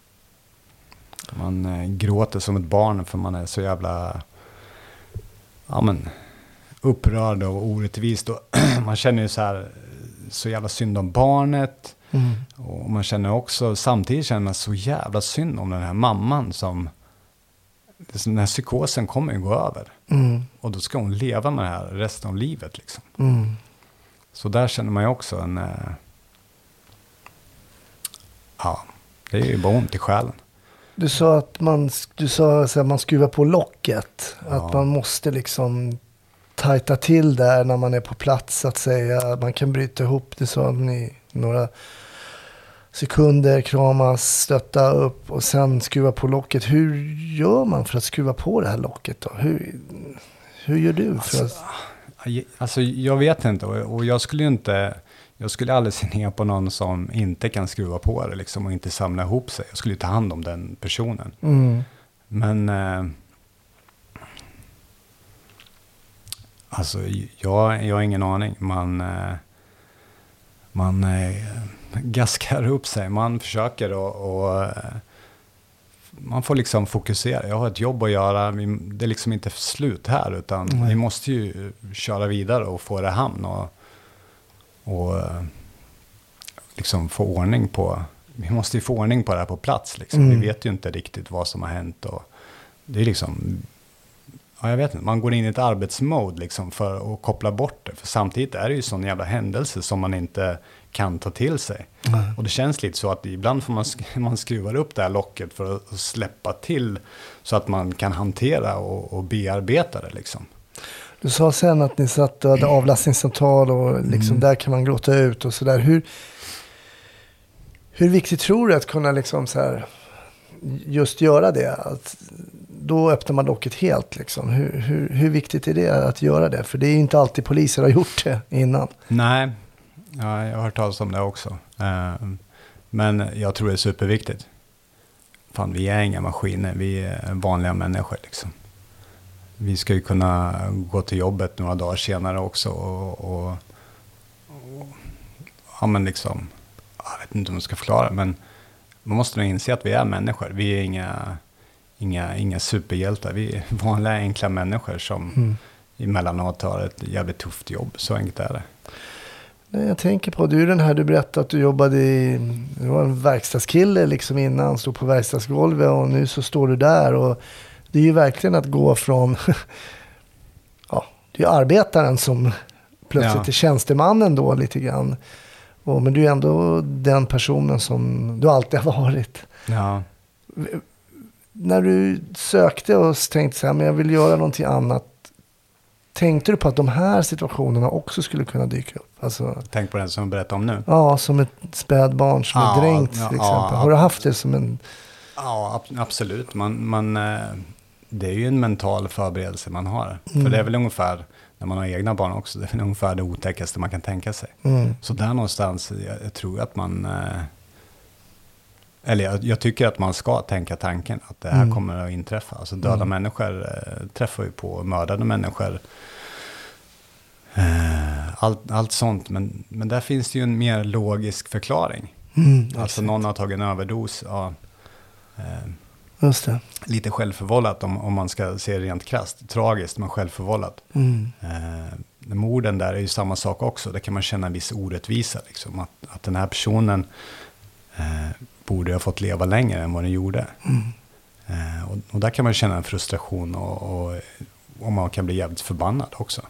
Speaker 4: Man eh, gråter som ett barn för man är så jävla ja, men, upprörd och orättvist. Och man känner ju så här så jävla synd om barnet. Mm. Och man känner också, samtidigt känner man så jävla synd om den här mamman som, den här psykosen kommer ju gå över. Mm. Och då ska hon leva med det här resten av livet liksom. Mm. Så där känner man ju också en, eh, ja, det är ju bara ont i själen.
Speaker 2: Du sa att man, du sa att man skruvar på locket. Ja. Att man måste liksom tajta till där när man är på plats, att säga. Man kan bryta ihop det så i några sekunder, kramas, stötta upp och sen skruva på locket. Hur gör man för att skruva på det här locket då? Hur, hur gör du? För
Speaker 4: alltså, att... alltså jag vet inte, och jag skulle ju inte, jag skulle aldrig se ner på någon som inte kan skruva på det liksom, och inte samla ihop sig. Jag skulle ju ta hand om den personen. Mm. Men eh, alltså, jag, jag har ingen aning. Man, eh, man eh, gaskar upp sig. Man försöker och, och eh, man får liksom fokusera. Jag har ett jobb att göra. Vi, det är liksom inte slut här, utan mm. vi måste ju köra vidare och få det hamn och, och liksom få ordning på. Vi måste ju få ordning på det här på plats. Liksom. Mm. Vi vet ju inte riktigt vad som har hänt. Och det är liksom... Ja, jag vet inte. Man går in i ett arbetsmode liksom för att koppla bort det. För samtidigt är det ju sån jävla händelse som man inte kan ta till sig. Mm. Och det känns lite så att ibland får man, sk- man skruvar upp det här locket för att släppa till så att man kan hantera och, och bearbeta det liksom.
Speaker 2: Du sa sen att ni satt och hade avlastningssamtal och liksom mm. där kan man gråta ut och sådär. Hur, hur viktigt tror du att kunna liksom så här just göra det? Att då öppnar man locket helt liksom. Hur, hur, hur viktigt är det att göra det? För det är ju inte alltid poliser har gjort det innan.
Speaker 4: Nej, ja, jag har hört talas om det också. Uh, men jag tror det är superviktigt. Fan, vi är inga maskiner, vi är vanliga människor liksom. Vi ska ju kunna gå till jobbet några dagar senare också och, och, och ja men liksom, jag vet inte om jag ska förklara, men man måste nog inse att vi är människor. Vi är inga, inga, inga superhjältar. Vi är vanliga enkla människor som mm. emellanåt har ett jävligt tufft jobb. Så enkelt är det.
Speaker 2: Nej, jag tänker på, du är den här, du berättade att du jobbade i, du var en verkstadskille liksom innan, stod på verkstadsgolvet och nu så står du där och det är ju verkligen att gå från ja, det är arbetaren som plötsligt ja. är tjänstemannen då lite grann. Och, men du är ändå den personen som du alltid har varit.
Speaker 4: Ja.
Speaker 2: När du sökte och tänkte så här, men jag vill göra någonting annat. Tänkte du på att de här situationerna också skulle kunna dyka upp? Alltså,
Speaker 4: Tänk på den som jag berättade om nu.
Speaker 2: ja, som ett spädbarn som
Speaker 4: Ja,
Speaker 2: är dränkt till
Speaker 4: ja,
Speaker 2: exempel.
Speaker 4: ja,
Speaker 2: Har du haft det som en...
Speaker 4: Ja, ab- absolut. Man, man, eh, det är ju en mental förberedelse man har.
Speaker 2: Mm.
Speaker 4: För det är väl ungefär, när man har egna barn också, det är väl ungefär det otäckaste man kan tänka sig.
Speaker 2: Mm.
Speaker 4: Så där någonstans, jag, jag tror att man... Eh, eller jag, jag tycker att man ska tänka tanken att det här
Speaker 2: Mm.
Speaker 4: kommer att inträffa. Alltså döda
Speaker 2: Mm.
Speaker 4: människor eh, träffar ju på mördade människor. Eh, allt, allt sånt. Men, men där finns det ju en mer logisk förklaring.
Speaker 2: Mm,
Speaker 4: Alltså
Speaker 2: exakt.
Speaker 4: någon har tagit en överdos. Ja, eh,
Speaker 2: Just det.
Speaker 4: lite självförvållat om, om man ska se rent krasst. Tragiskt men självförvållat.
Speaker 2: Mm.
Speaker 4: Eh, morden där är ju samma sak också. Där kan man känna en viss orättvisa. Liksom. Att, att den här personen eh, borde ha fått leva längre än vad den gjorde.
Speaker 2: Mm.
Speaker 4: Eh, och, och där kan man känna en frustration och, och, och man kan bli jävligt förbannad också.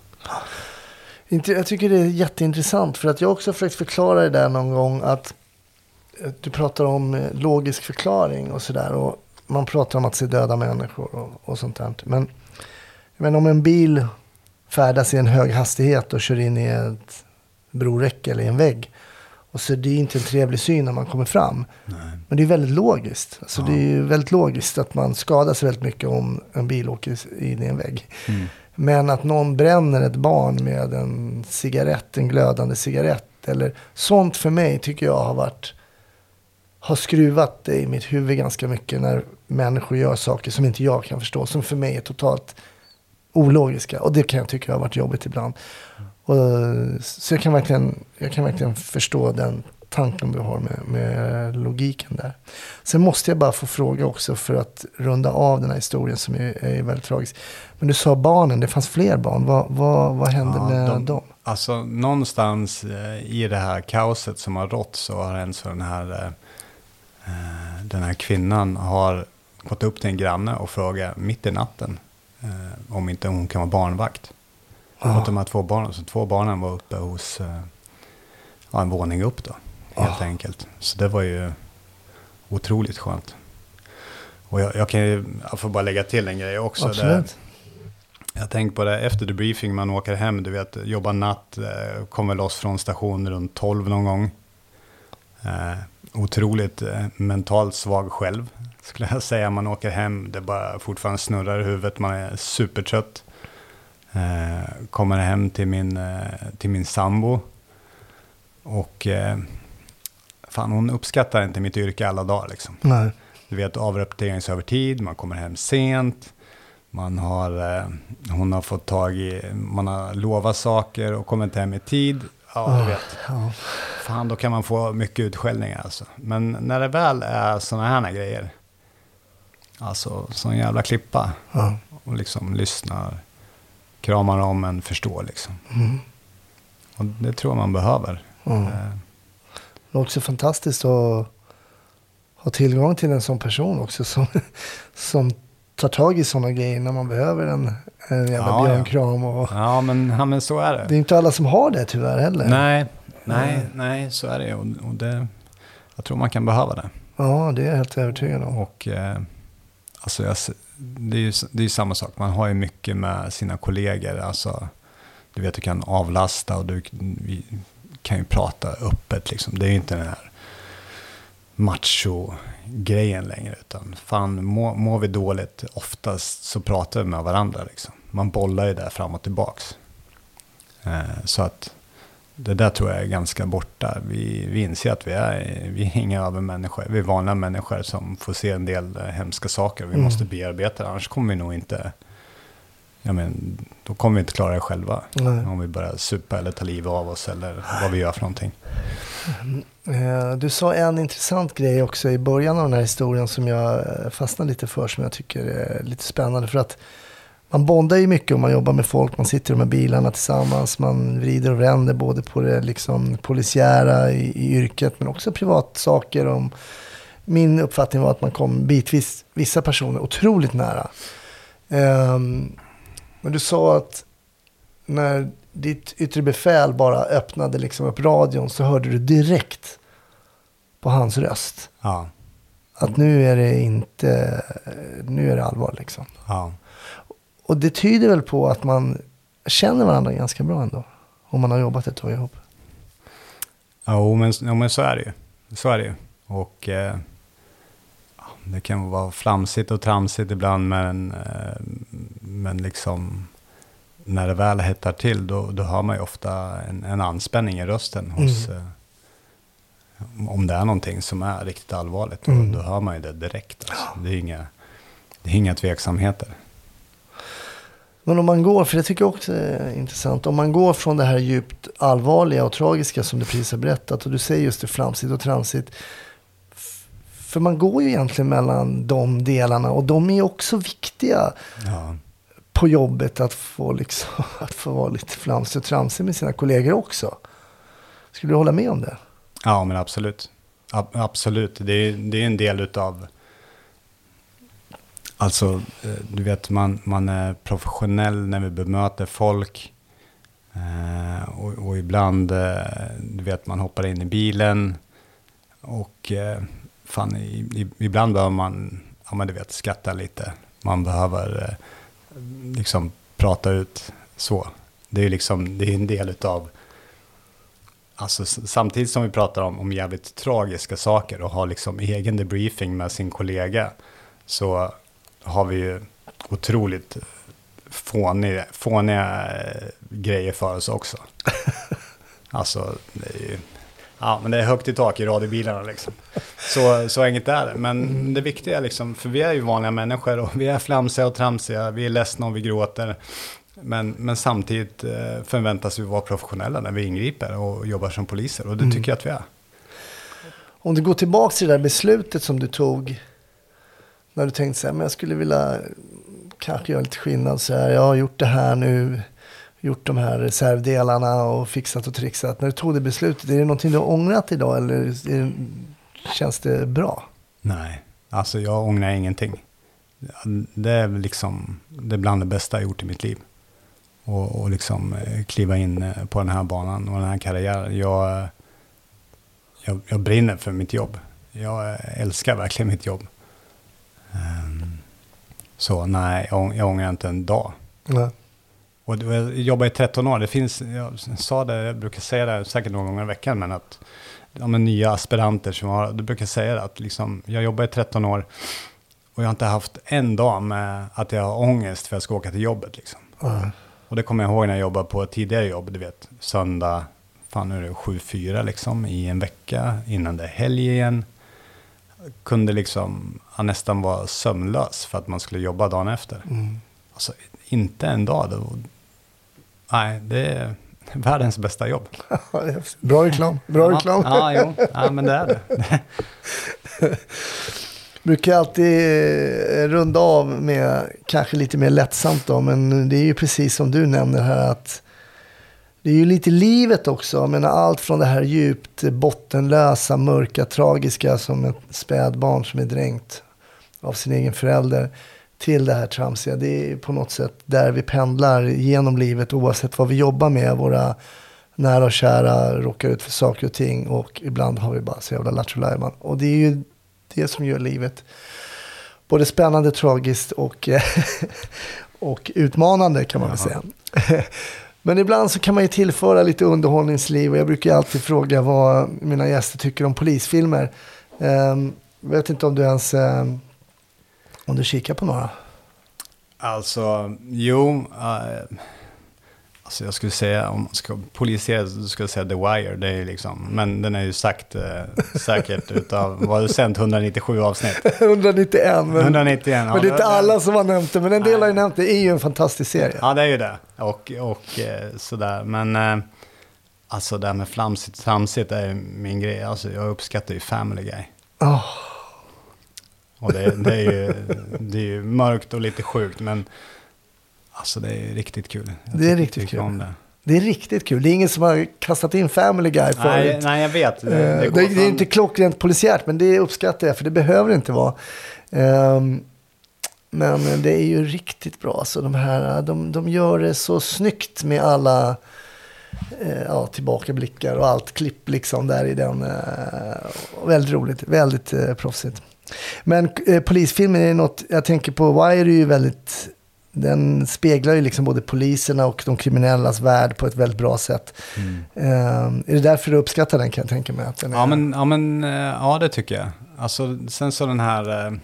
Speaker 2: Inte- Jag tycker det är jätteintressant för att jag också försökt förklara det där någon gång att eh, du pratar om eh, logisk förklaring och sådär och man pratar om att se döda människor och, och sånt där. Men, men om en bil färdas i en hög hastighet och kör in i ett broräcke eller i en vägg och så är det inte en trevlig syn när man kommer fram.
Speaker 4: Nej.
Speaker 2: Men det är väldigt logiskt. Alltså
Speaker 4: Ja.
Speaker 2: det är ju väldigt logiskt att man skadar sig väldigt mycket om en bil åker in i en vägg.
Speaker 4: Mm.
Speaker 2: Men att någon bränner ett barn med en cigarett, en glödande cigarett eller sånt för mig tycker jag har varit har skruvat det i mitt huvud ganska mycket när människor gör saker som inte jag kan förstå, som för mig är totalt ologiska. Och det kan jag tycka har varit jobbigt ibland. Och, så jag kan, verkligen, jag kan verkligen förstå den tanken du har med, med logiken där. Sen måste jag bara få fråga också för att runda av den här historien som är, är väldigt tragisk. Men du sa barnen, det fanns fler barn. Vad, vad, vad hände
Speaker 4: Ja,
Speaker 2: med
Speaker 4: de-
Speaker 2: dem?
Speaker 4: Alltså någonstans eh, i det här kaoset som har rått så har en så den här, eh, eh, den här kvinnan har gått upp till en granne och frågat mitt i natten eh, om inte hon kan vara barnvakt.
Speaker 2: Ja.
Speaker 4: Och de här två barnen, så två barnen var uppe hos eh, ja, en våning upp då, helt
Speaker 2: Ja.
Speaker 4: enkelt. Så det var ju otroligt skönt. Och jag, jag kan ju, jag får bara lägga till en grej också.
Speaker 2: Absolut.
Speaker 4: Där, jag tänkte på det efter debriefing, man åker hem, du vet, jobbar natt, eh, kommer loss från station runt tolv någon gång. Eh, otroligt eh, mentalt svag själv, skulle jag säga. Man åker hem, det bara fortfarande snurrar i huvudet, man är supertrött. Eh, kommer hem till min, eh, till min sambo. Och eh, fan, hon uppskattar inte mitt yrke alla dagar liksom.
Speaker 2: Nej.
Speaker 4: Du vet, avrapporteringsövertid, man kommer hem sent. Man har, eh, hon har fått tag i, man har lovat saker och kommit hem i tid. Ja, du vet.
Speaker 2: Ja.
Speaker 4: Fan, då kan man få mycket utskällningar alltså. Men när det väl är såna här grejer, alltså sån jävla klippa.
Speaker 2: Ja.
Speaker 4: Och liksom lyssnar, kramar om en, förstår liksom.
Speaker 2: Mm.
Speaker 4: Och det tror jag man behöver.
Speaker 2: Ja.
Speaker 4: Eh,
Speaker 2: Det är också fantastiskt att ha tillgång till en sån person också som, som tar tag i såna grejer när man behöver en, en jävla
Speaker 4: Ja, ja.
Speaker 2: björnkram. Och,
Speaker 4: ja, men, ja, men så är det.
Speaker 2: det är inte alla som har det tyvärr heller.
Speaker 4: Nej, nej, nej, så är det. Och, och det, jag tror man kan behöva det.
Speaker 2: Ja, det är jag helt övertygad om.
Speaker 4: Och eh, alltså jag, s- det är ju det är ju samma sak. Man har ju mycket med sina kollegor. Alltså, du vet, du kan avlasta och du vi kan ju prata öppet. Liksom. Det är ju inte den här macho-grejen längre. Utan fan, må, mår vi dåligt, oftast så pratar vi med varandra. Liksom. Man bollar ju där fram och tillbaks. Eh, så att det där tror jag är ganska borta. Vi, vi inser att vi är, vi är inga övermänniskor. Vi är vanliga människor som får se en del eh, hemska saker. Vi
Speaker 2: Mm.
Speaker 4: måste bearbeta det. Annars kommer vi nog inte... Jag men, då kommer vi inte klara det själva.
Speaker 2: Nej.
Speaker 4: Om vi börjar supa eller ta liv av oss eller vad vi gör för någonting.
Speaker 2: Eh, Du sa en intressant grej också i början av den här historien som jag eh, fastnade lite för, som jag tycker är lite spännande. För att man bondar ju mycket om man jobbar med folk, man sitter med bilarna tillsammans, man vrider och vänder både på det liksom polisiära i, i yrket men också privatsaker. Om, min uppfattning var att man kom bitvis vissa personer otroligt nära. Ehm, men du sa att när ditt yttre befäl bara öppnade liksom upp radion så hörde du direkt på hans röst
Speaker 4: Ja.
Speaker 2: att nu är det inte, nu är det allvar liksom.
Speaker 4: Ja.
Speaker 2: Och det tyder väl på att man känner varandra ganska bra ändå. Om man har jobbat ett tag ihop.
Speaker 4: Ja, men, ja, men så är det ju. Så är det ju. Och eh, det kan vara flamsigt och tramsigt ibland, men, eh, men liksom när det väl hettar till, då, då har man ju ofta en, en anspänning i rösten hos,
Speaker 2: Mm.
Speaker 4: eh, om det är någonting som är riktigt allvarligt,
Speaker 2: Mm.
Speaker 4: då, då hör man ju det direkt. Alltså. Det är inga, det är inga tveksamheter.
Speaker 2: Men om man går, för det tycker jag också är intressant, om man går från det här djupt allvarliga och tragiska som du precis har berättat, och du säger just det flamsigt och tramsigt, f- för man går ju egentligen mellan de delarna, och de är också viktiga
Speaker 4: Ja.
Speaker 2: på jobbet, att få, liksom, att få vara lite flamsig och tramsig med sina kollegor också. Skulle du hålla med om det?
Speaker 4: Ja, men absolut. A- absolut. Det är, det är en del utav... Alltså, eh, du vet, man, man är professionell när vi bemöter folk. Eh, och, och ibland, eh, du vet, man hoppar in i bilen. Och eh, fan, i, i, ibland behöver man, ja men du vet, skratta lite. Man behöver eh, liksom prata ut så. Det är liksom, det är en del utav... Alltså, s- samtidigt som vi pratar om, om jävligt tragiska saker och har liksom egen debriefing med sin kollega, så har vi ju otroligt fåniga, fåniga eh, grejer för oss också. Alltså, det är ju, ja, men det är högt i tak i radiobilarna liksom. Så, så enkelt är det. Men det viktiga är liksom, för vi är ju vanliga människor och vi är flamsiga och tramsiga, vi är ledsna och vi gråter. Men, men samtidigt eh, förväntas vi vara professionella när vi ingriper och jobbar som poliser. Och det
Speaker 2: Mm.
Speaker 4: tycker jag att vi är.
Speaker 2: Om du går tillbaka till det där beslutet som du tog när du tänkte så här, men jag skulle vilja kanske göra lite skillnad så här, jag har gjort det här nu, gjort de här reservdelarna och fixat och trixat. När du tog det beslutet, är det någonting du har ångrat idag eller är det, känns det bra?
Speaker 4: Nej, alltså jag ångrar ingenting. Det är liksom det är bland det bästa jag gjort i mitt liv. Och, och liksom eh, kliva in eh, på den här banan och den här karriären. Jag, jag, jag brinner för mitt jobb. Jag eh, älskar verkligen mitt jobb. Ehm, så nej, jag, ång- jag ångrar inte en dag.
Speaker 2: Ja.
Speaker 4: Och det- jag jobbar i tretton år. Det finns, jag sa det, jag brukar säga det säkert någon gång i veckan, men att de är nya aspiranter som har, du brukar säga det, att liksom, jag jobbar i tretton år och jag har inte haft en dag med att jag har ångest för att jag ska åka till jobbet liksom.
Speaker 2: Ja.
Speaker 4: Och det kommer jag ihåg när jag jobbade på ett tidigare jobb, du vet, söndag, fan nu är det sju fyra liksom, i en vecka innan det är helg igen. Kunde liksom ja, nästan vara sömnlös för att man skulle jobba dagen efter.
Speaker 2: Mm.
Speaker 4: Alltså inte en dag då. Nej, det är världens bästa jobb.
Speaker 2: Bra reklam, bra reklam.
Speaker 4: Ja, ja, jo. Ja, men det är det.
Speaker 2: Brukar alltid eh, runda av med kanske lite mer lättsamt då, men det är ju precis som du nämner här att det är ju lite livet också. Jag menar, allt från det här djupt bottenlösa, mörka, tragiska som ett spädbarn som är dränkt av sin egen förälder till det här tramsiga. Det är på något sätt där vi pendlar genom livet oavsett vad vi jobbar med. Våra nära och kära råkar ut för saker och ting och ibland har vi bara så jävla lattjo. Och det är ju det som gör livet både spännande, tragiskt och, och utmanande kan man väl säga. Men ibland så kan man ju tillföra lite underhållningsliv och jag brukar alltid fråga vad mina gäster tycker om polisfilmer. Um, vet inte om du ens um, om du kikar på några?
Speaker 4: Alltså, jo. Uh, alltså jag skulle säga, om man ska polisera så skulle jag säga The Wire. Det är liksom, men den är ju sagt uh, säkert utav, vad har du sänt, etthundranittiosju avsnitt?
Speaker 2: etthundranittioen. Men,
Speaker 4: etthundranittioen, ja,
Speaker 2: men det är inte
Speaker 4: det-
Speaker 2: alla som har nämnt det. Men en del
Speaker 4: Nej.
Speaker 2: har ju nämnt det. Det är ju en fantastisk serie.
Speaker 4: Ja, det är ju det. Och, och eh, sådär. Men eh, alltså det här med flamsigt tramsigt är ju min grej. Alltså jag uppskattar ju Family Guy.
Speaker 2: Oh,
Speaker 4: Och det, det, är ju, det är ju mörkt och lite sjukt, men alltså det är riktigt kul. Jag
Speaker 2: Det är
Speaker 4: tycker-
Speaker 2: riktigt
Speaker 4: tycker
Speaker 2: kul.
Speaker 4: om det.
Speaker 2: det är riktigt kul. Det är ingen som har kastat in Family Guy förut.
Speaker 4: Nej, nej, jag vet.
Speaker 2: Det,
Speaker 4: Det,
Speaker 2: det,
Speaker 4: går
Speaker 2: det är
Speaker 4: fan-
Speaker 2: inte klockrent polisiärt, men det uppskattar jag, för det behöver det inte vara. Um, Men det är ju riktigt bra. Så de, här, de, de gör det så snyggt med alla eh, ja, tillbakablickar och allt klipp liksom där i den. Eh, väldigt roligt, väldigt eh, proffsigt. Men eh, polisfilmen är något, jag tänker på Wire är ju väldigt, den speglar ju liksom både poliserna och de kriminellas värld på ett väldigt bra sätt. Mm. Eh, är det därför du uppskattar den, kan jag tänka mig? Att den är...
Speaker 4: ja, men, ja, men ja, det tycker jag. Alltså, sen så den här... Eh...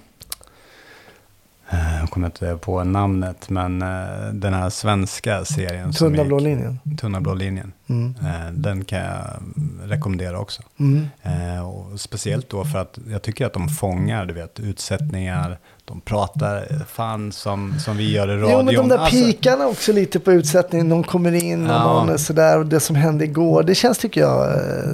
Speaker 4: Jag kommer inte på namnet, men uh, den här svenska serien
Speaker 2: Tunna blå linjen.
Speaker 4: Tunna blå linjen. Mm. Uh, den kan jag rekommendera också. Mm. Uh, och speciellt då för att jag tycker att de fångar, du vet, utsättningar. De pratar fan som, som vi gör i radion.
Speaker 2: Jo, men de där
Speaker 4: alltså,
Speaker 2: pikarna också lite på utsättningen. De kommer in och ja. någon är sådär. Och det som hände igår, det känns tycker jag uh,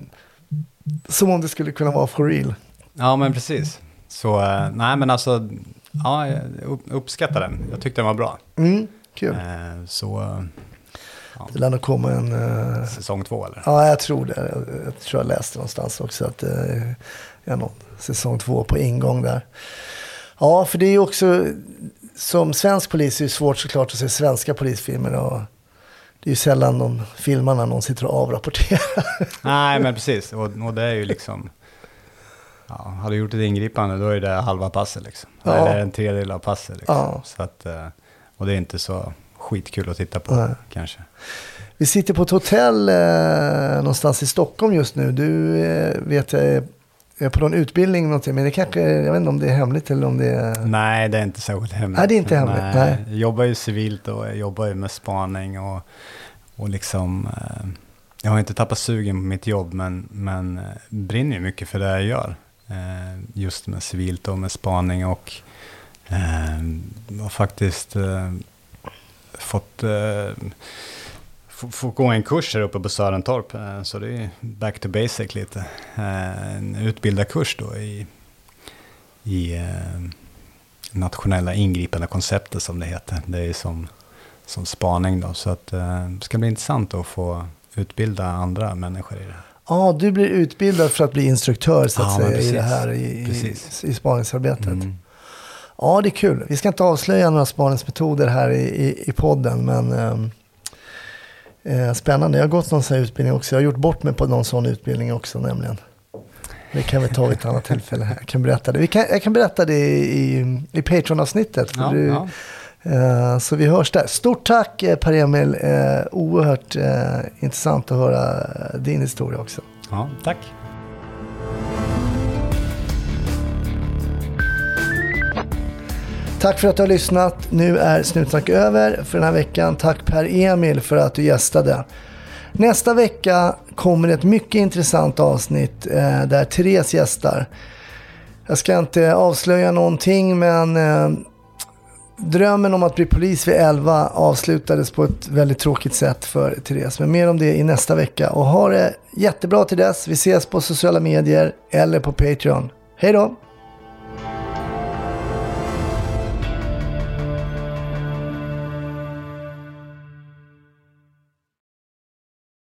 Speaker 2: som om det skulle kunna vara for real.
Speaker 4: Ja, men precis. Så, uh, nej men alltså... Ja, jag uppskattar den. Jag tyckte den var bra.
Speaker 2: Mm, kul.
Speaker 4: Eh, så... Ja.
Speaker 2: Det lär nog komma en... Uh...
Speaker 4: Säsong två, eller?
Speaker 2: Ja, jag tror det. Jag, jag tror jag läste någonstans också att det uh, är någon säsong två på ingång där. Ja, för det är ju också... Som svensk polis är det svårt såklart att se svenska polisfilmer. Och det är ju sällan de filmarna någon sitter och avrapporterar.
Speaker 4: Nej, men precis. Och, och det är ju liksom... Ja, hade gjort ett ingripande, då är det halva passet liksom. Ja. Eller en tredjedel av passet liksom. Ja. Så att, och det är inte så skitkul att titta på. Nej. Kanske.
Speaker 2: Vi sitter på ett hotell eh, någonstans i Stockholm just nu. Du eh, vet jag är, är på någon utbildning någonting, men det kanske, jag vet inte om det är hemligt eller om det är...
Speaker 4: Nej, det är inte så hemligt.
Speaker 2: Nej, det är inte hemligt. Nej. Nej.
Speaker 4: Jag jobbar ju civilt och jag jobbar ju med spaning och, och liksom... Eh, jag har inte tappat sugen på mitt jobb, men, men eh, brinner ju mycket för det jag gör. Just med civilt och med spaning och eh, har faktiskt eh, fått eh, få gå en kurs här uppe på Sörentorp, eh, så det är back to basic lite. Eh, en utbildarkurs då i, i eh, nationella ingripande konceptet som det heter. Det är som, som spaning då, så att eh, det ska bli intressant att få utbilda andra människor i det här.
Speaker 2: Ja, du blir utbildad för att bli instruktör så att ja, säga i det här i, i, i spaningsarbetet. Mm. Ja, det är kul. Vi ska inte avslöja några spaningsmetoder här i, i, i podden, men eh, spännande. Jag har gått någon sån här utbildning också. Jag har gjort bort mig på någon sån utbildning också nämligen. Det kan vi ta vid ett annat tillfälle här. Jag kan berätta det. Vi kan, jag kan berätta det i, i, i Patreon-avsnittet. För
Speaker 4: ja,
Speaker 2: du,
Speaker 4: ja.
Speaker 2: Uh, så vi hörs där. Stort tack uh, Per-Emil. Uh, oerhört uh, intressant att höra uh, din historia också.
Speaker 4: Ja, tack.
Speaker 2: Tack för att du har lyssnat. Nu är Snutsnack över för den här veckan. Tack Per-Emil för att du gästade. Nästa vecka kommer ett mycket intressant avsnitt uh, där Therese gästar. Jag ska inte avslöja någonting, men... Uh, Drömmen om att bli polis vid elva avslutades på ett väldigt tråkigt sätt för Therese. Men mer om det i nästa vecka. Och ha det jättebra till dess. Vi ses på sociala medier eller på Patreon. Hej då!